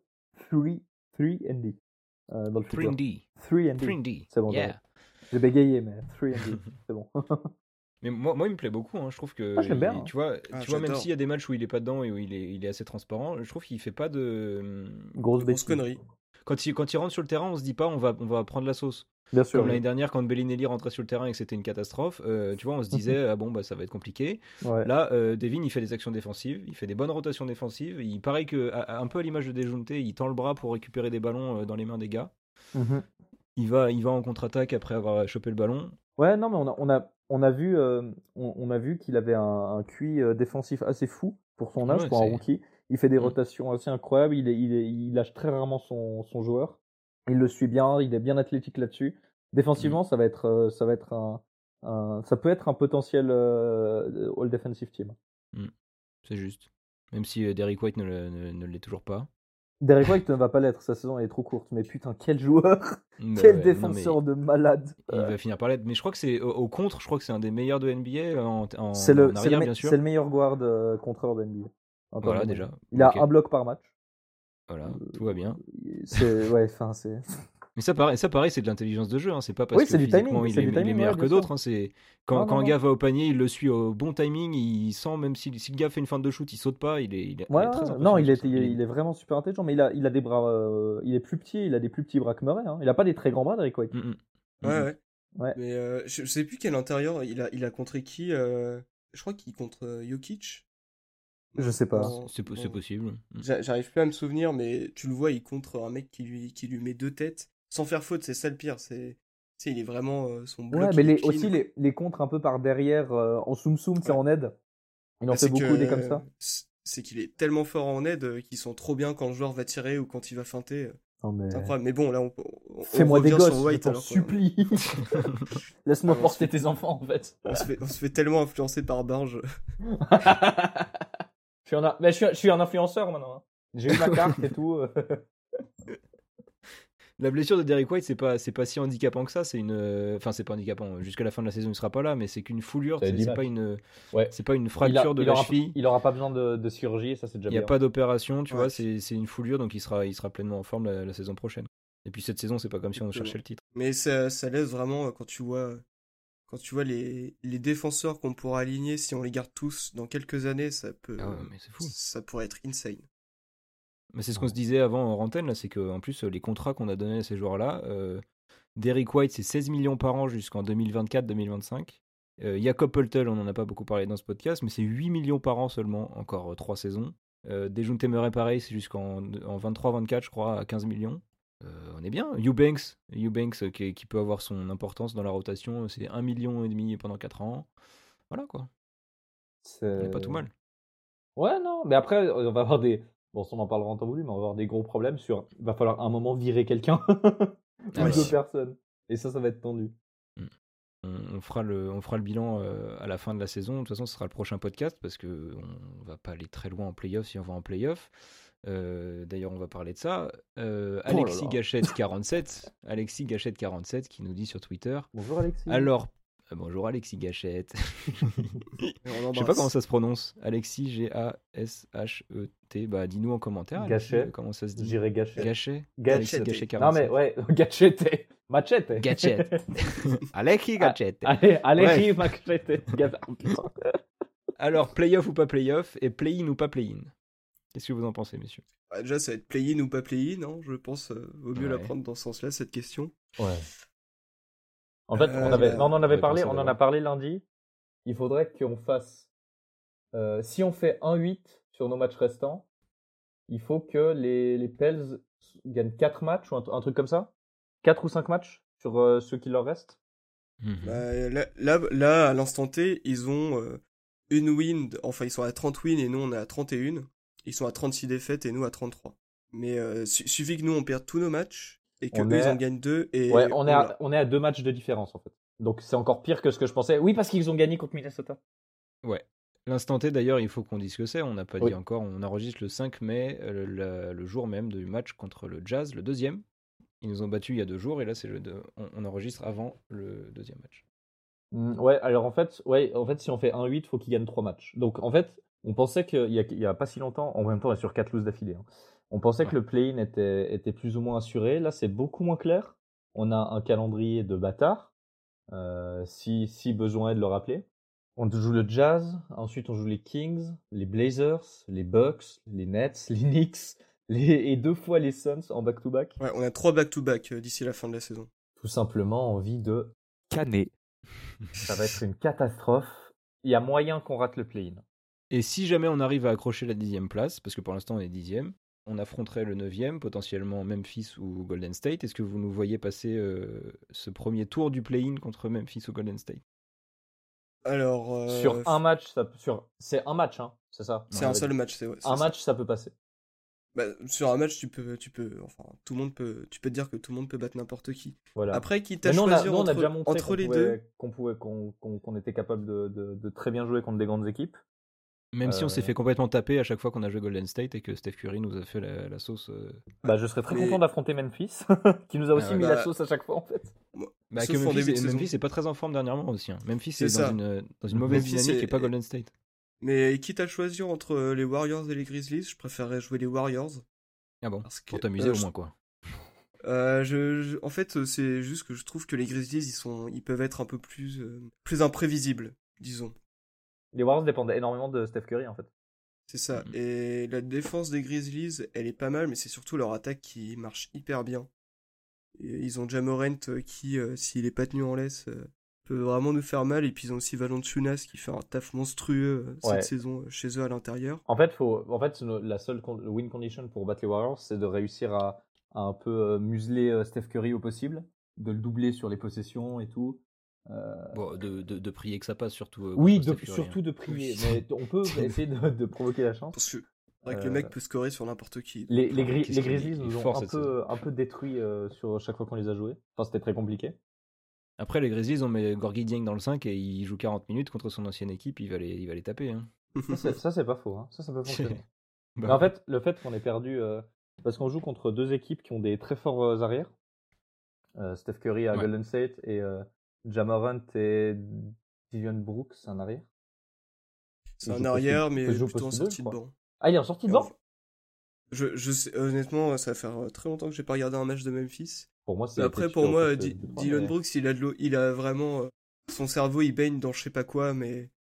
3-and-D dans le futur. 3-and-D. C'est bon, yeah. J'ai bégayé, mais 3-and-D, c'est bon. Mais moi, il me plaît beaucoup. Hein. Je trouve que. Je l'aime bien. Tu vois, même s'il y a des matchs où il est pas dedans et où il est assez transparent, je trouve qu'il fait pas de. Grosse connerie. Quand il rentre sur le terrain, on se dit pas on va prendre la sauce. Bien sûr. Comme l'année dernière, quand Bellinelli rentrait sur le terrain et que c'était une catastrophe, tu vois, on se disait ah bon, bah ça va être compliqué. Ouais. Là, Devin, il fait des actions défensives, il fait des bonnes rotations défensives. Il paraît que, un peu à l'image de Dejounte, il tend le bras pour récupérer des ballons dans les mains des gars. Il va en contre-attaque après avoir chopé le ballon. Ouais, non, mais on a vu qu'il avait un QI défensif assez fou pour son âge, pour un rookie. Il fait des rotations assez incroyables. Il lâche très rarement son joueur. Il le suit bien. Il est bien athlétique là-dessus. Défensivement, ça peut être un potentiel All Defensive Team. C'est juste. Même si Derrick White ne l'est toujours pas. Derrick White ne va pas l'être, sa saison elle est trop courte. Mais putain, quel joueur! Quel défenseur de malade! Il va finir par l'être. Mais je crois que c'est au contre, je crois que c'est un des meilleurs de NBA en arrière, bien sûr. C'est le meilleur guard contreur de NBA. Voilà, déjà. Il a un bloc par match. Voilà, tout va bien. Mais ça pareil, c'est de l'intelligence de jeu. Hein. C'est pas parce que physiquement il est meilleur que d'autres. Hein. C'est quand un gars va au panier, il le suit au bon timing. Il sent, même si le gars fait une feinte de shoot, il saute pas. Il est très impressionnant. Non, il est vraiment super intelligent. Mais il a des bras. Il est plus petit. Il a des plus petits bras que Murray. Hein. Il a pas des très grands bras, Derrick White. Ouais. Mais je sais plus quel intérieur il a contré qui. Je crois qu'il contre Jokic. Je sais pas. C'est possible. J'arrive plus à me souvenir, mais tu le vois, il contre un mec qui lui met 2 têtes sans faire faute. C'est ça le pire. Il est vraiment son bloc. Ouais, mais aussi les contres un peu par derrière en soum-soum, c'est en aide. Il en fait beaucoup des comme ça. C'est qu'il est tellement fort en aide qu'ils sont trop bien quand le joueur va tirer ou quand il va feinter. Mais... C'est incroyable. Mais bon, là, fais-moi des gosses, White, je t'en supplie. Laisse-moi porter tes enfants, en fait. On se fait tellement influencer par Barge. Je suis un influenceur maintenant. Hein. J'ai eu ma carte et tout. La blessure de Derrick White, c'est pas si handicapant que ça. C'est c'est pas handicapant. Jusqu'à la fin de la saison, il sera pas là, mais c'est qu'une foulure. C'est pas une fracture de la cheville. Il aura pas besoin de chirurgie, ça c'est déjà bien. Il y a pas d'opération, tu vois. C'est une foulure, donc il sera pleinement en forme la saison prochaine. Et puis cette saison, c'est pas comme si on cherchait le titre. Mais ça laisse vraiment quand tu vois les défenseurs qu'on pourra aligner, si on les garde tous dans quelques années, ça peut. Ah ouais, mais c'est fou. Ça pourrait être insane. Mais c'est ce qu'on se disait avant en antenne, là, c'est qu'en plus, les contrats qu'on a donnés à ces joueurs-là, Derrick White, c'est 16 millions par an jusqu'en 2024-2025. Jakob Poeltl, on n'en a pas beaucoup parlé dans ce podcast, mais c'est 8 millions par an seulement, encore 3 saisons. Dejounte Murray, pareil, c'est jusqu'en 23-24, je crois, à 15 millions. On est bien. Eubanks qui peut avoir son importance dans la rotation, c'est 1,5 million pendant 4 ans. Voilà quoi. On n'est pas tout mal. Ouais, non, mais après, on va avoir des. Bon, on en parlera en temps voulu, mais on va avoir des gros problèmes sur. Il va falloir à un moment virer quelqu'un. Ou 2 personnes. Et ça va être tendu. On fera le bilan à la fin de la saison. De toute façon, ce sera le prochain podcast parce qu'on ne va pas aller très loin en playoff si on va en playoff. D'ailleurs, on va parler de ça. Alexis Gachette 47. Alexis Gachette 47 qui nous dit sur Twitter. Bonjour Alexis. Alors, bonjour Alexis Gachette. Je sais pas comment ça se prononce. Alexis G-A-S-H-E-T. Bah, dis-nous en commentaire. Gachet. Comment ça se dit? J'irai Gachet. Gachet. Gachet. Gachet 47. Non mais ouais, Gachette. Machete. Gachette. Alexis Gachette. Alexis Machete. Alors, playoff ou pas playoff et play-in ou pas play-in. Qu'est-ce que vous en pensez, messieurs? Déjà, ça va être play-in ou pas play-in, hein, je pense. Vaut mieux la prendre dans ce sens-là, cette question. Ouais. En fait, on en a parlé lundi. Il faudrait qu'on fasse. Si on fait 1-8 sur nos matchs restants, il faut que les Pels gagnent 4 matchs ou un truc comme ça. 4 ou 5 matchs sur ceux qui leur restent. Là, à l'instant T, ils ont une win. Enfin, ils sont à 30 wins et nous, on est à 31. Ils sont à 36 défaites et nous à 33. Mais suffit que nous, on perde tous nos matchs et qu'eux, ils en gagnent 2. Et ouais, on est à 2 matchs de différence, en fait. Donc, c'est encore pire que ce que je pensais. Oui, parce qu'ils ont gagné contre Minnesota. Ouais. L'instant T, d'ailleurs, il faut qu'on dise ce que c'est. On n'a pas dit encore. On enregistre le 5 mai, le jour même du match contre le Jazz, le deuxième. Ils nous ont battus il y a 2 jours et là, on enregistre avant le deuxième match. Ouais, alors en fait, si on fait 1-8, il faut qu'ils gagnent 3 matchs. Donc, en fait, on pensait qu'il y a pas si longtemps, en même temps, on est sur 4 loses d'affilée. Hein. On pensait que le play-in était plus ou moins assuré. Là, c'est beaucoup moins clair. On a un calendrier de bâtard, si besoin est de le rappeler. On joue le Jazz, ensuite on joue les Kings, les Blazers, les Bucks, les Nets, les Knicks, et 2 fois les Suns en back-to-back. Ouais, on a 3 back-to-back d'ici la fin de la saison. Tout simplement envie de canner. Ça va être une catastrophe. Il y a moyen qu'on rate le play-in. Et si jamais on arrive à accrocher la 10e place, parce que pour l'instant on est 10e, on affronterait le 9e, potentiellement Memphis ou Golden State. Est-ce que vous nous voyez passer ce premier tour du play-in contre Memphis ou Golden State? Alors, sur un match, c'est un match, hein, c'est ça? C'est un seul match, c'est un match, ça peut passer. Bah, sur un match, tu peux, enfin, tout le monde peut, tu peux te dire que tout le monde peut battre n'importe qui. Voilà. Après, quitte à choisir on a déjà montré entre les deux, qu'on était capable de très bien jouer contre des grandes équipes. Même si on s'est fait complètement taper à chaque fois qu'on a joué Golden State et que Steph Curry nous a fait la sauce. Bah, je serais très content d'affronter Memphis, qui nous a aussi mis la sauce à chaque fois en fait. Bah, que Memphis est pas très en forme dernièrement aussi. Hein. Memphis est dans une mauvaise dynamique et pas Golden State. Mais quitte à choisir entre les Warriors et les Grizzlies, je préférerais jouer les Warriors. Ah bon, pour t'amuser au moins quoi. En fait, c'est juste que je trouve que les Grizzlies, ils peuvent être un peu plus imprévisibles, disons. Les Warriors dépendent énormément de Steph Curry en fait. C'est ça. Et la défense des Grizzlies, elle est pas mal, mais c'est surtout leur attaque qui marche hyper bien. Et ils ont Ja Morant qui, s'il est pas tenu en laisse, peut vraiment nous faire mal. Et puis ils ont aussi Valanciunas qui fait un taf monstrueux cette saison chez eux à l'intérieur. En fait, la seule win condition pour battre les Warriors, c'est de réussir à un peu museler Steph Curry au possible, de le doubler sur les possessions et tout. Bon, de prier que ça passe surtout. Oui, surtout de prier. Mais on peut essayer de provoquer la chance. Parce que c'est vrai que le mec peut scorer sur n'importe qui. Les Grizzlies nous ont un peu détruits sur chaque fois qu'on les a joués. Enfin, c'était très compliqué. Après, les Grizzlies, on met Gorgui Dieng dans le 5 et il joue 40 minutes contre son ancienne équipe, il va les taper. Hein. Ça, c'est pas faux. Hein. Ça peut fonctionner. Mais en fait, le fait qu'on ait perdu... parce qu'on joue contre 2 équipes qui ont des très forts arrières. Steph Curry à Golden State et Ja Morant et Dillon Brooks, c'est un arrière. C'est un arrière, mais plutôt en sortie de banc. Ah, il est en sortie de banc? Je sais, honnêtement, ça va faire très longtemps que j'ai pas regardé un match de Memphis. Pour moi, c'est après, pour moi, Dillon Brooks, il a vraiment son cerveau, il baigne dans je sais pas quoi, mais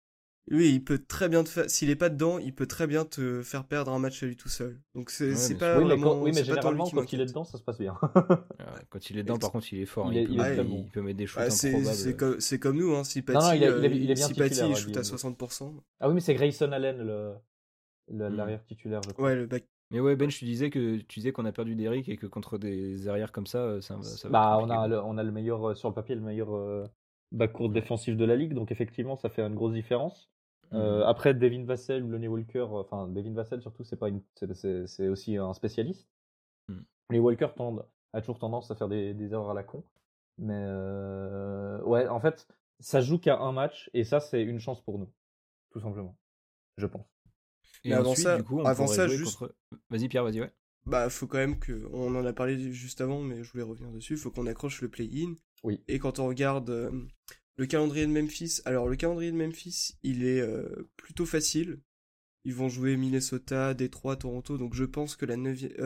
Lui, il peut très bien s'il est pas dedans, il peut très bien te faire perdre un match à lui tout seul. Donc c'est pas vraiment. Oui, mais c'est pas tant lui généralement, qui quand il est m'inquiète. dedans, ça se passe bien. Quand il est dedans, par contre, il est fort. Il est très il bon. peut mettre des shoots Ah, improbables. c'est comme nous, hein. Si Non, Patty, il est bien si Patty titulaire, il shoot à Guillaume. 60%. Ah oui, mais c'est Grayson Allen, l'arrière titulaire, je crois. Ouais, le back. Mais ouais, Ben, tu disais qu'on a perdu Derrick et que contre des arrières comme ça va Bah, être compliqué. on a le meilleur, sur le papier, le meilleur backcourt défensif de la ligue, donc effectivement, ça fait une grosse différence. Après, Devin Vassell ou Lonnie Walker, enfin, Devin Vassell surtout, c'est aussi un spécialiste. Les Walker a toujours tendance à faire des erreurs à la con. Mais ouais, en fait, ça joue qu'à un match, et ça, c'est une chance pour nous, tout simplement, je pense. Et Mais ensuite, du coup, on pourrait jouer juste... contre... Vas-y Pierre, vas-y, ouais. Bah, faut quand même que... On en a parlé juste avant, mais je voulais revenir dessus. Faut qu'on accroche le play-in. Oui. Et quand on regarde le calendrier de Memphis... Alors, le calendrier de Memphis, il est plutôt facile. Ils vont jouer Minnesota, Détroit, Toronto. Donc, je pense que la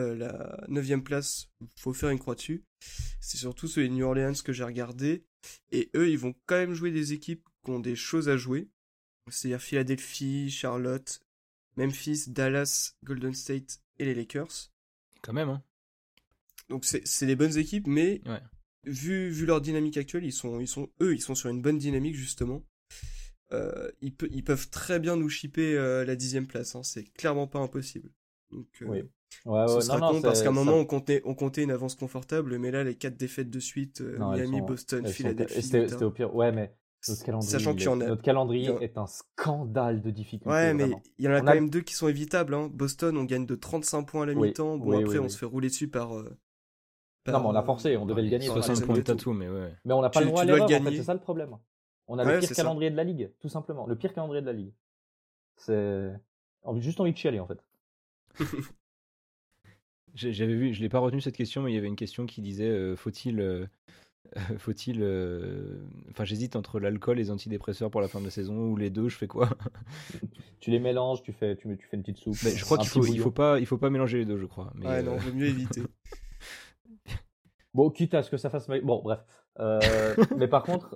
9e place, faut faire une croix dessus. C'est surtout ceux de New Orleans que j'ai regardé. Et eux, ils vont quand même jouer des équipes qui ont des choses à jouer. C'est-à-dire Philadelphie, Charlotte, Memphis, Dallas, Golden State et les Lakers. Quand même, hein. Donc c'est des bonnes équipes, mais ouais. vu leur dynamique actuelle, ils sont sur une bonne dynamique justement. Ils peuvent très bien nous shipper la 10e place, hein. C'est clairement pas impossible. Donc oui. ce sera con parce qu'à un moment on comptait une avance confortable, mais là les 4 défaites de suite, Miami, Boston, Philadelphie. C'était au pire. Ouais, mais notre calendrier est un scandale de difficulté. Ouais, mais vraiment. il y en a quand même 2 qui sont évitables. Hein. Boston, on gagne de 35 points à la mi-temps. Bon, après, on se fait rouler dessus par. Non, mais on a forcé, on devait le gagner. 60 points de tatou, mais ouais. Mais on n'a pas le droit à l'erreur, en fait, c'est ça le problème. On a le pire calendrier de la ligue, tout simplement. Le pire calendrier de la ligue. C'est. Juste envie de chialer, en fait. J'avais vu, je l'ai pas retenu cette question, mais il y avait une question qui disait enfin, j'hésite entre l'alcool et les antidépresseurs pour la fin de la saison, ou les deux, je fais quoi? Tu les mélanges, tu fais une petite soupe. Mais je crois qu'il faut pas mélanger les deux, je crois. Mais ouais, non, vaut mieux éviter. Bon, quitte à ce que ça fasse... Bon, bref. Mais par contre,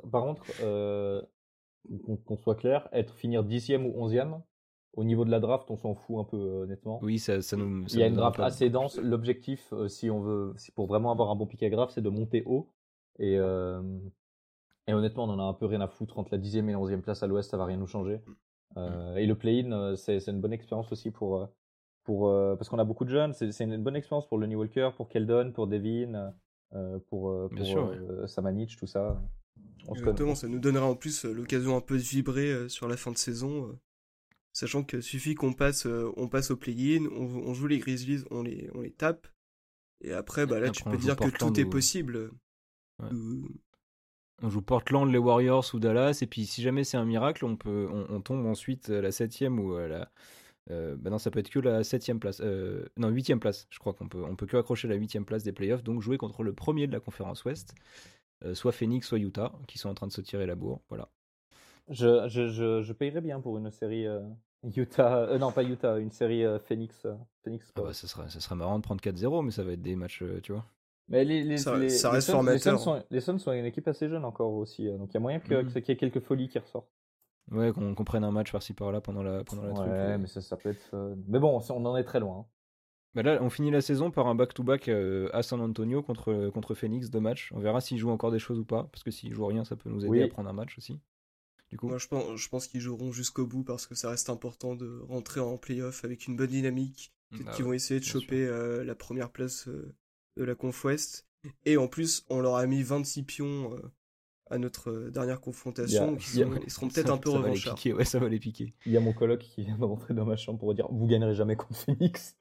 qu'on soit clair, finir 10e ou 11e, au niveau de la draft, on s'en fout un peu, honnêtement. Oui, ça nous... Il y a une draft assez dense. L'objectif, si pour vraiment avoir un bon pick à draft, c'est de monter haut. Et honnêtement, on en a un peu rien à foutre entre la 10e et la 11e place à l'ouest, ça va rien nous changer. Et le play-in, c'est une bonne expérience aussi parce qu'on a beaucoup de jeunes. C'est une bonne expérience pour Lonnie Walker, pour Keldon, pour Devin, pour Samanic, tout ça. Exactement, ça nous donnera en plus l'occasion un peu de vibrer sur la fin de saison. Sachant que suffit qu'on passe au play-in, on joue les Grizzlies, on les tape. Et après, bah là, tu peux dire que tout est possible. Ouais. On joue Portland, les Warriors ou Dallas, et puis si jamais c'est un miracle, on tombe ensuite à la 7e ou à la... bah non, ça peut être que la 7e place. Non, 8e place. Je crois qu'on peut que accrocher la 8e place des playoffs, donc jouer contre le premier de la conférence Ouest, soit Phoenix, soit Utah, qui sont en train de se tirer la bourre. Voilà. Je payerais bien pour une série Utah. Non, pas Utah, une série Phoenix. Ah bah, ça serait marrant de prendre 4-0, mais ça va être des matchs, tu vois. Mais ça reste formateur. Les Suns sont une équipe assez jeune encore aussi, donc il y a moyen qu'il y ait quelques folies qui ressortent. Ouais, qu'on prenne un match par-ci par-là pendant la truc. Ouais, mais ça peut être fun. Mais bon, on en est très loin. Hein. Bah là, on finit la saison par un back-to-back à San Antonio contre Phoenix, 2 matchs. On verra s'ils jouent encore des choses ou pas, parce que s'ils jouent rien, ça peut nous aider à prendre un match aussi. Du coup. Moi, je pense qu'ils joueront jusqu'au bout parce que ça reste important de rentrer en playoff avec une bonne dynamique. Peut-être qu'ils vont essayer de choper la première place de la Conf Ouest. Et en plus, on leur a mis 26 pions à notre dernière confrontation. Ils seront peut-être un peu revanchards. Ouais, ça va les piquer. Il y a mon coloc qui vient de rentrer dans ma chambre pour dire vous gagnerez jamais contre Phoenix.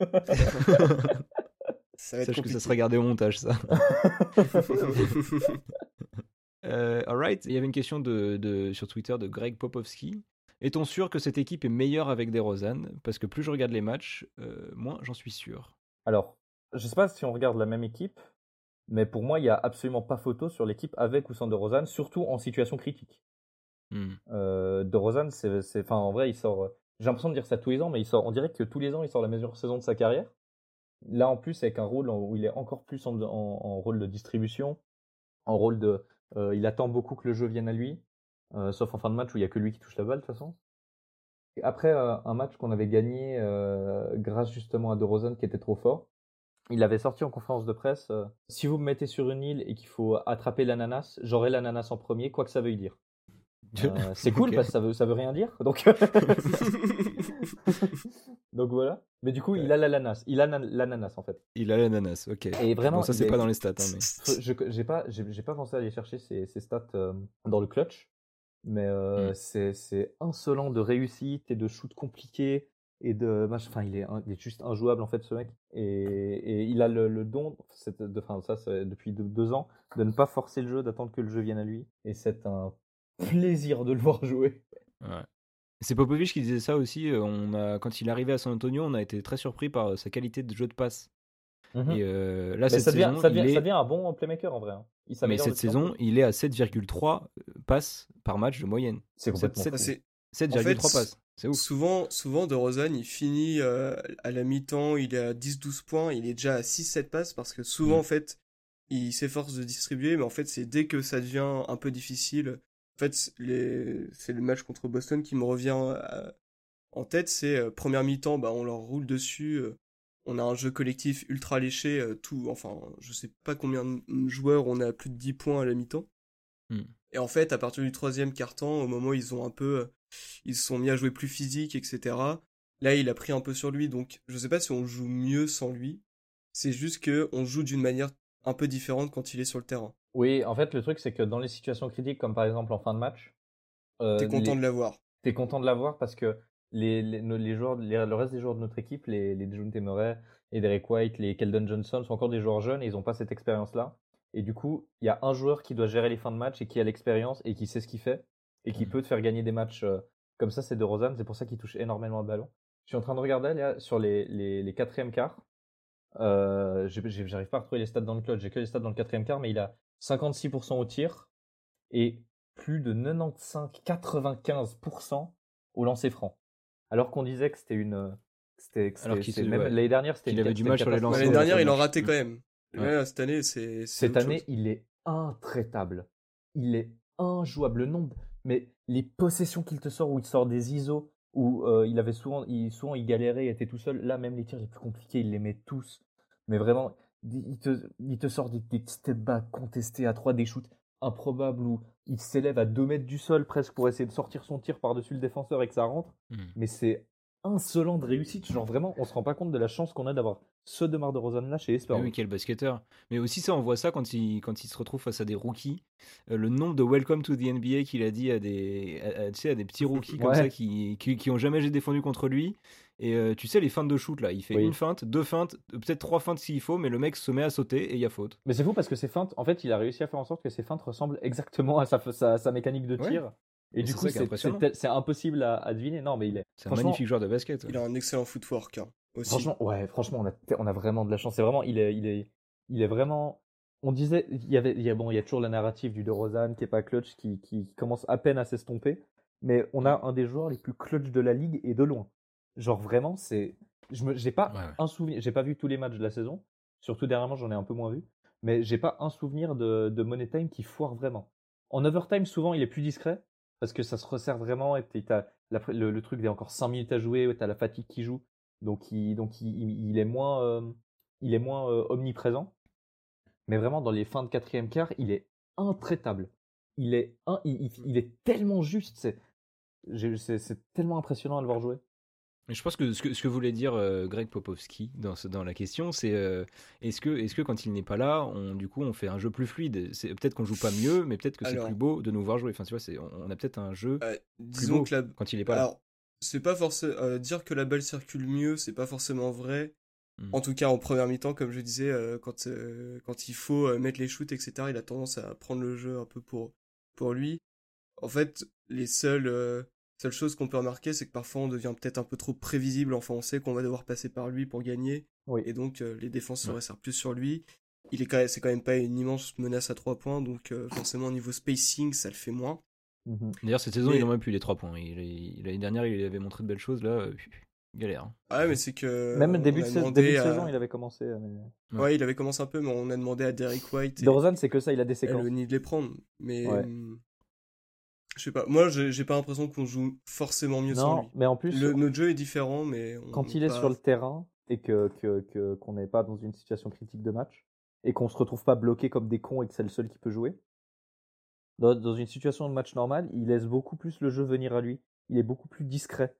Sache que ça serait gardé au montage, ça. Alright, il y avait une question sur Twitter de Greg Popovski. Est-on sûr que cette équipe est meilleure avec DeRozan? Parce que plus je regarde les matchs, moins j'en suis sûr. Alors, je sais pas si on regarde la même équipe, mais pour moi, il n'y a absolument pas photo sur l'équipe avec ou sans DeRozan, surtout en situation critique. DeRozan, en vrai, il sort... J'ai l'impression de dire ça tous les ans, mais on dirait que tous les ans, il sort la meilleure saison de sa carrière. Là, en plus, avec un rôle où il est encore plus en rôle de distribution, en rôle de... il attend beaucoup que le jeu vienne à lui, sauf en fin de match où il n'y a que lui qui touche la balle, de toute façon. Après un match qu'on avait gagné grâce justement à DeRozan qui était trop fort, il avait sorti en conférence de presse si vous me mettez sur une île et qu'il faut attraper l'ananas, j'aurai l'ananas en premier, quoi que ça veuille dire. C'est cool parce que ça veut rien dire. Donc donc voilà. Mais du coup, il a l'ananas. Il a l'ananas en fait. Il a l'ananas, ok. Et vraiment, bon, ça c'est pas dans les stats. Hein, mais... J'ai pas pensé à aller chercher ces stats dans le clutch. Mais c'est insolent de réussite et de shoot compliqué et de enfin il est juste injouable en fait ce mec et il a le don ça c'est depuis 2 ans de ne pas forcer le jeu, d'attendre que le jeu vienne à lui et c'est un plaisir de le voir jouer. Ouais. C'est Popovich qui disait ça aussi. Quand il est arrivé à San Antonio, on a été très surpris par sa qualité de jeu de passe. Et là, ça devient un bon playmaker en vrai. Hein. Mais cette saison, il est à 7,3 passes par match de moyenne. C'est complètement 7,3 passes. C'est ouf. Souvent, DeRozan, il finit à la mi-temps, il est à 10-12 points, il est déjà à 6-7 passes parce que souvent, en fait, il s'efforce de distribuer, mais en fait, c'est dès que ça devient un peu difficile. En fait, c'est le match contre Boston qui me revient en tête. C'est première mi-temps, on leur roule dessus. On a un jeu collectif ultra léché. Je sais pas combien de joueurs, on a plus de 10 points à la mi-temps. Et en fait, à partir du troisième quart-temps, au moment où ils se sont mis à jouer plus physique, etc. Là, il a pris un peu sur lui. Donc, je sais pas si on joue mieux sans lui. C'est juste que on joue d'une manière un peu différente quand il est sur le terrain. Oui, en fait, le truc, c'est que dans les situations critiques, comme par exemple en fin de match, t'es content de l'avoir. T'es content de l'avoir parce que les joueurs, le reste des joueurs de notre équipe, les Dejounte Murray, les Derek White, les Keldon Johnson sont encore des joueurs jeunes et ils n'ont pas cette expérience-là. Et du coup, il y a un joueur qui doit gérer les fins de match et qui a l'expérience et qui sait ce qu'il fait et qui peut te faire gagner des matchs comme ça. C'est DeRozan, c'est pour ça qu'il touche énormément le ballon. Je suis en train de regarder là, sur les quatrièmes quarts. J'arrive pas à retrouver les stats dans le clutch, j'ai que les stats dans le quatrième quart, mais il a 56% au tir et plus de 95-95% au lancer franc. Alors qu'on disait que c'était une. L'année dernière, c'était il avait du mal sur les lancers. L'année dernière, il en ratait quand même. Ouais, cette année, c'est. Cette année, il est intraitable. Il est injouable. Le nombre. Mais les possessions qu'il te sort, où il sort des ISO, où il avait souvent il galérait, il était tout seul. Là, même les tirs les plus compliqués, il les met tous. Mais vraiment, il te sort des step back contestés à 3, des shoots improbables où il s'élève à 2 mètres du sol presque pour essayer de sortir son tir par-dessus le défenseur et que ça rentre. Mais c'est insolent de réussite. Genre vraiment, on se rend pas compte de la chance qu'on a d'avoir ce DeMar DeRozan là chez Esper. Oui, quel basketteur. Mais aussi ça, on voit ça quand il se retrouve face à des rookies. Le nombre de Welcome to the NBA qu'il a dit à des petits rookies comme ça qui ont jamais défendu contre lui. Et tu sais, les feintes de shoot là, il fait une feinte, 2 feintes, peut-être 3 feintes s'il faut, mais le mec se met à sauter et il y a faute. Mais c'est fou parce que ces feintes, en fait, il a réussi à faire en sorte que ces feintes ressemblent exactement à sa mécanique de tir. Ouais. Et du coup, c'est impossible à deviner. Non, mais c'est un magnifique joueur de basket. Il a un excellent footwork aussi. Franchement, on a vraiment de la chance. C'est vraiment, il est vraiment. On disait, il y a toujours la narrative du DeRozan qui est pas clutch, qui commence à peine à s'estomper. Mais on a un des joueurs les plus clutch de la ligue et de loin. Genre vraiment, j'ai pas un souvenir. J'ai pas vu tous les matchs de la saison. Surtout dernièrement, j'en ai un peu moins vu. Mais j'ai pas un souvenir de Money Time qui foire vraiment. En overtime, souvent, il est plus discret. Parce que ça se resserre vraiment et t'as le truc il y a encore 5 minutes à jouer, t'as la fatigue qui joue, donc il est moins omniprésent. Mais vraiment dans les fins de quatrième quart, il est intraitable. Il est tellement juste, c'est tellement impressionnant à le voir jouer. Je pense que ce que voulait dire Greg Popovski dans la question, c'est est-ce que quand il n'est pas là, on fait un jeu plus fluide. C'est peut-être qu'on joue pas mieux, mais peut-être que c'est plus beau de nous voir jouer. Enfin, tu vois, on a peut-être un jeu plus beau quand il n'est pas là. Alors, c'est pas forcément dire que la balle circule mieux, c'est pas forcément vrai. En tout cas, en première mi-temps, comme je disais, quand il faut mettre les shoots, etc., il a tendance à prendre le jeu un peu pour lui. En fait, les seules choses qu'on peut remarquer, c'est que parfois on devient peut-être un peu trop prévisible. Enfin, on sait qu'on va devoir passer par lui pour gagner. Oui. Et donc, les défenses se resserrent plus sur lui. C'est quand même pas une immense menace à 3 points. Donc, forcément, au niveau spacing, ça le fait moins. D'ailleurs, cette saison, il en a plus les 3 points. L'année dernière, il avait montré de belles choses. Là, galère. Hein. Ah ouais, mais c'est que... Même début de saison, il avait commencé. Ouais, il avait commencé un peu, mais on a demandé à Derek White. DeRozan, c'est que ça, il a des séquences. Le nid de les prendre. Mais... Ouais. Je sais pas, moi j'ai pas l'impression qu'on joue forcément mieux sans lui. Non, mais en plus, Notre jeu est différent, mais quand il est sur le terrain et qu'on n'est pas dans une situation critique de match et qu'on se retrouve pas bloqué comme des cons et que c'est le seul qui peut jouer, dans une situation de match normal, il laisse beaucoup plus le jeu venir à lui. Il est beaucoup plus discret.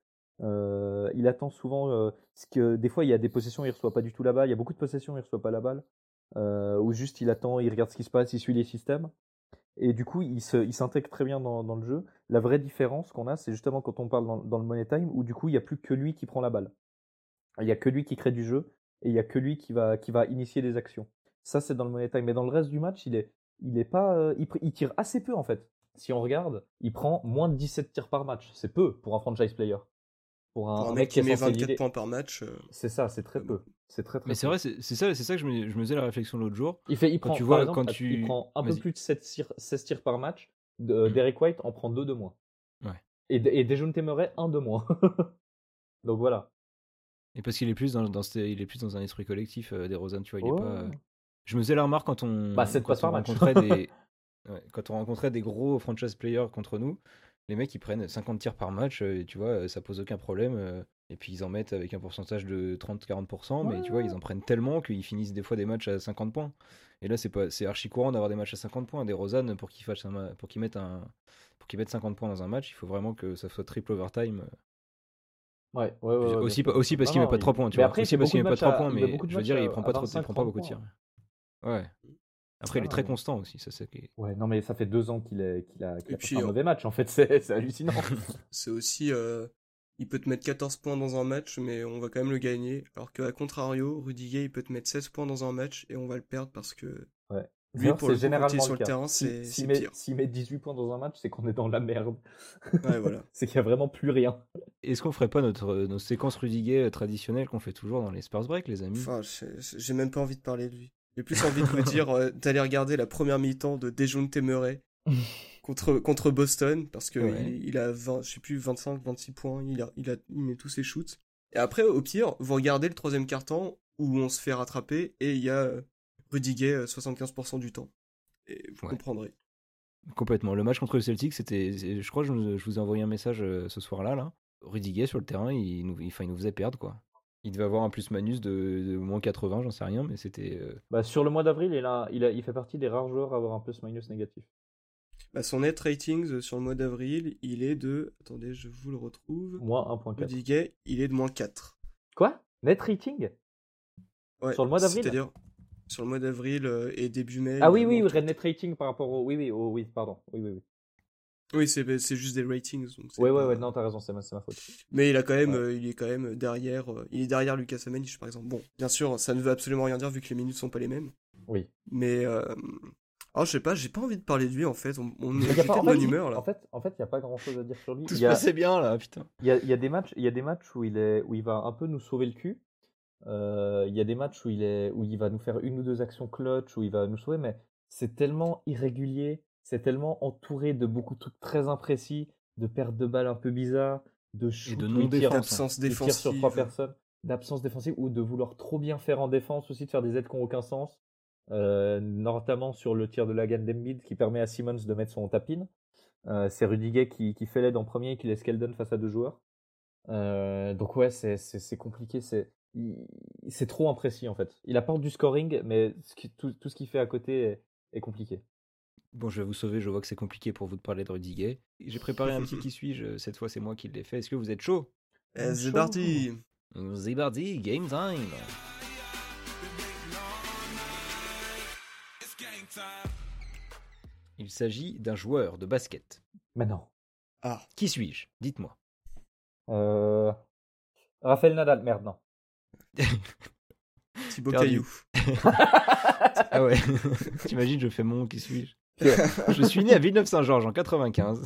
Il attend souvent des fois il y a des possessions, il reçoit pas du tout la balle. Il y a beaucoup de possessions, il reçoit pas la balle. Ou juste il attend, il regarde ce qui se passe, il suit les systèmes. Et du coup, il s'intègre très bien dans le jeu. La vraie différence qu'on a, c'est justement quand on parle dans le Money Time, où du coup, il n'y a plus que lui qui prend la balle. Il n'y a que lui qui crée du jeu, et il n'y a que lui qui va initier des actions. Ça, c'est dans le Money Time. Mais dans le reste du match, il est pas, il tire assez peu, en fait. Si on regarde, il prend moins de 17 tirs par match. C'est peu pour un franchise player. Pour un mec qui met 24 points par match. C'est ça, c'est très peu. C'est très mais c'est vrai, c'est ça que je me faisais la réflexion l'autre jour. Il prend un peu plus de 16 tirs par match. Derek White en prend 2 de moins. Ouais. Et Dejounte Murray 1 de moins. Donc voilà. Et parce qu'il est plus dans un esprit collectif, DeRozan, tu vois, il est pas. Je me faisais la remarque quand on rencontrait quand on rencontrait des gros franchise players contre nous. Les mecs, ils prennent 50 tirs par match, et tu vois, ça pose aucun problème. Et puis ils en mettent avec un pourcentage de 30-40%, mais tu vois, ils en prennent tellement qu'ils finissent des fois des matchs à 50 points. Et là, c'est archi courant d'avoir des matchs à 50 points. Des DeRozan, pour qu'ils mettent 50 points dans un match, il faut vraiment que ça soit triple overtime. Ouais. Aussi parce qu'il met pas 3 points, tu vois. Après, aussi parce qu'il met pas 3 points, mais je veux dire, il prend pas beaucoup de tirs. Ouais. Après, il est très constant aussi, ça c'est. Ouais, non, mais ça fait 2 ans qu'il a fait un mauvais match, en fait, c'est hallucinant. C'est aussi, il peut te mettre 14 points dans un match, mais on va quand même le gagner. Alors qu'à contrario, Rudy Gay, il peut te mettre 16 points dans un match et on va le perdre parce que. Ouais. Lui, pour le généralement sur le terrain, c'est pire. S'il met 18 points dans un match, c'est qu'on est dans la merde. Ouais, voilà. C'est qu'il y a vraiment plus rien. Est-ce qu'on ferait pas nos séquences Rudy Gay traditionnelles qu'on fait toujours dans les Spurs Break, les amis? Enfin, j'ai même pas envie de parler de lui. J'ai plus envie de vous dire d'aller regarder la première mi-temps de Dejounte Murray contre Boston, parce que il a 20, je sais plus, 25, 26 points, il met tous ses shoots. Et après, au pire, vous regardez le troisième quart-temps où on se fait rattraper et il y a Rudy Gay 75% du temps. Et vous comprendrez. Complètement. Le match contre le Celtic, je crois que je vous ai envoyé un message ce soir-là. Là. Rudy Gay sur le terrain, il nous faisait perdre, quoi. Il devait avoir un plus-manus de moins 80, j'en sais rien, mais c'était. Sur le mois d'avril, il fait partie des rares joueurs à avoir un plus-minus négatif. Son net ratings sur le mois d'avril, il est de. Attendez, je vous le retrouve. Moins 1.4. Rudy Gay, il est de moins 4. Quoi? Net rating? Ouais. Sur le mois d'avril? C'est-à-dire, sur le mois d'avril et début mai. Ah oui, net rating par rapport au. Oui, pardon. Oui. Oui, c'est juste des ratings. Donc ouais, non, t'as raison, c'est ma faute. Mais il est quand même derrière. Il est derrière Lucas Samanic, par exemple. Bon, bien sûr, ça ne veut absolument rien dire vu que les minutes sont pas les mêmes. Oui. Mais je sais pas, j'ai pas envie de parler de lui en fait. On est plutôt de bonne humeur là. En fait, il y a pas grand chose à dire sur lui. Tout se passait bien là, putain. Il y a des matchs où il va un peu nous sauver le cul. Il y a des matchs où il va nous faire 1 ou 2 actions clutch, où il va nous sauver, mais c'est tellement irrégulier. C'est tellement entouré de beaucoup de trucs très imprécis, de pertes de balles un peu bizarres, de shoot, d'absence défensive, sur 3 personnes, d'absence défensive ou de vouloir trop bien faire en défense aussi, de faire des aides qui n'ont aucun sens, notamment sur le tir de Lagan d'Embiid qui permet à Simmons de mettre son tap-in. C'est Rudy Gay qui fait l'aide en premier et qui laisse Keldon face à 2 joueurs. Donc ouais, c'est compliqué, c'est trop imprécis en fait. Il apporte du scoring, mais tout ce qu'il fait à côté est compliqué. Bon, je vais vous sauver, je vois que c'est compliqué pour vous de parler de Rudy Gay. J'ai préparé un petit qui suis-je, cette fois c'est moi qui l'ai fait. Est-ce que vous êtes chaud? C'est parti. C'est parti, game time. Il s'agit d'un joueur de basket. Mais non. Ah. Qui suis-je? Dites-moi. Raphaël Nadal, merde, non. Thibaut Caillou. Ah ouais. T'imagines, je fais mon qui suis-je? Je suis né à Villeneuve-Saint-Georges en 95.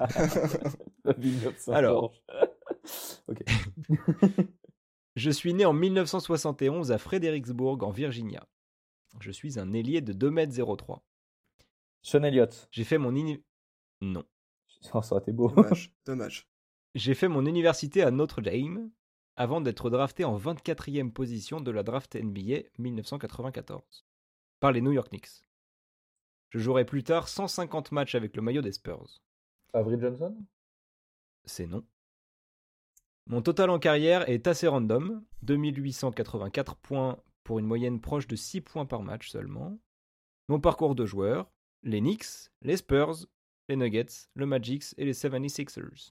Alors, ok. Je suis né en 1971 à Fredericksburg en Virginia. Je suis un ailier de 2,03 m. Sean Elliott. J'ai fait mon Non. Ça aurait été beau. Dommage. J'ai fait mon université à Notre Dame avant d'être drafté en 24e position de la draft NBA 1994 par les New York Knicks. Je jouerai plus tard 150 matchs avec le maillot des Spurs. Avery Johnson? C'est non. Mon total en carrière est assez random. 2884 points pour une moyenne proche de 6 points par match seulement. Mon parcours de joueur, les Knicks, les Spurs, les Nuggets, le Magic et les 76ers.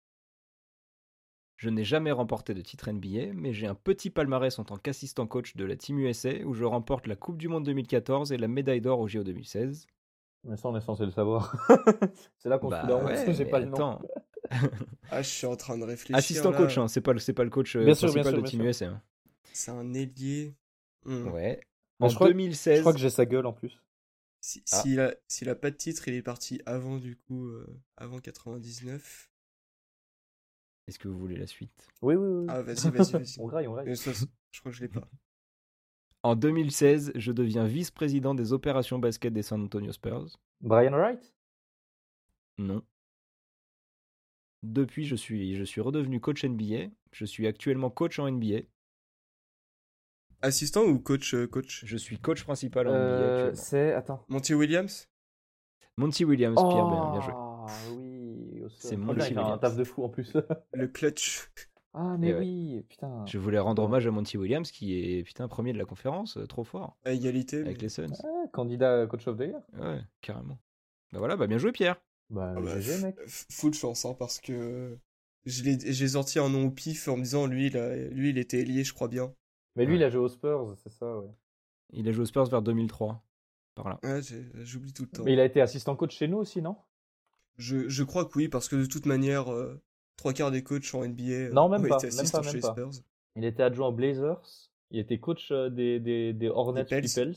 Je n'ai jamais remporté de titre NBA, mais j'ai un petit palmarès en tant qu'assistant coach de la Team USA où je remporte la Coupe du Monde 2014 et la médaille d'or au JO 2016. Mais ça, on est censé le savoir. C'est là qu'on se fout la honte, ouais, j'ai pas le nom. Ah, je suis en train de réfléchir. Assistant là. coach, hein, c'est pas le coach principal de Team USA. Hein. C'est un ailier. Ouais. En 2016. Je crois que j'ai sa gueule en plus. S'il a pas de titre, il est parti avant, du coup, avant 99. Est-ce que vous voulez la suite? Oui. Ah, vas-y. On graille. Je crois que je l'ai pas. En 2016, je deviens vice-président des opérations basket des San Antonio Spurs. Brian Wright? Non. Depuis, je suis redevenu coach NBA. Je suis actuellement coach en NBA. Assistant ou coach? Je suis coach principal en NBA actuellement. Attends. Monty Williams? Monty Williams, Pierre, bien joué. Ah oui. C'est Monty Williams. Il a un taf de fou en plus. Le clutch. Ah, mais oui, putain. Je voulais rendre hommage à Monty Williams qui est premier de la conférence, trop fort. À égalité. Avec les Suns. Ah, candidat coach of the year. Ouais, carrément. Bah voilà, bien joué Pierre. GG, mec. Full chance, hein, parce que j'ai sorti un nom au pif en me disant lui il était ailier, je crois bien. Mais lui, il a joué aux Spurs, c'est ça, ouais. Il a joué aux Spurs vers 2003, par là. Ouais, j'oublie tout le temps. Mais il a été assistant coach chez nous aussi, non? Je crois que oui, parce que de toute manière, 3/4 des coachs en NBA non, même ont pas, été assistants chez les pas. Spurs. Il était adjoint aux Blazers, il était coach des Hornets Pels.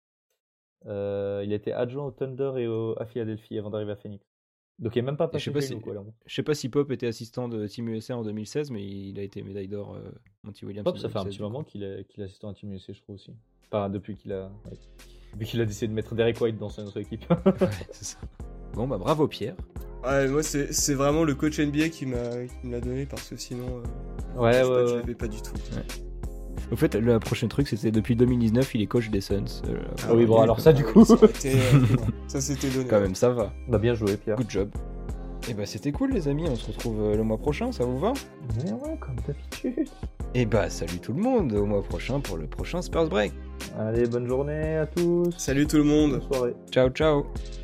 Il était adjoint au Thunder et à Philadelphie avant d'arriver à Phoenix. Donc il n'est même pas passé chez nous, quoi. Je sais pas si Pop était assistant de Team USA en 2016, mais il a été médaille d'or Monty Williams. Pop, ça fait un petit moment qu'il est assistant à Team USA, je crois aussi. Enfin, depuis qu'il a décidé de mettre Derek White dans notre équipe. Ouais, c'est ça. Bon, bah bravo Pierre. Ouais, moi c'est vraiment le coach NBA qui me l'a donné, parce que sinon je l'avais pas du tout. Ouais. Au fait, le prochain truc, c'était depuis 2019, il est coach des Suns. Ah oui, bon, alors ça, du coup. Ça s'était donné. Quand même, ça va. Bah, bien joué, Pierre. Good job. Et bah, c'était cool, les amis. On se retrouve le mois prochain, ça vous va? Mais ouais, comme d'habitude. Et bah, salut tout le monde, au mois prochain pour le prochain Spurs Break. Allez, bonne journée à tous. Salut tout le monde. Bonne soirée. Ciao.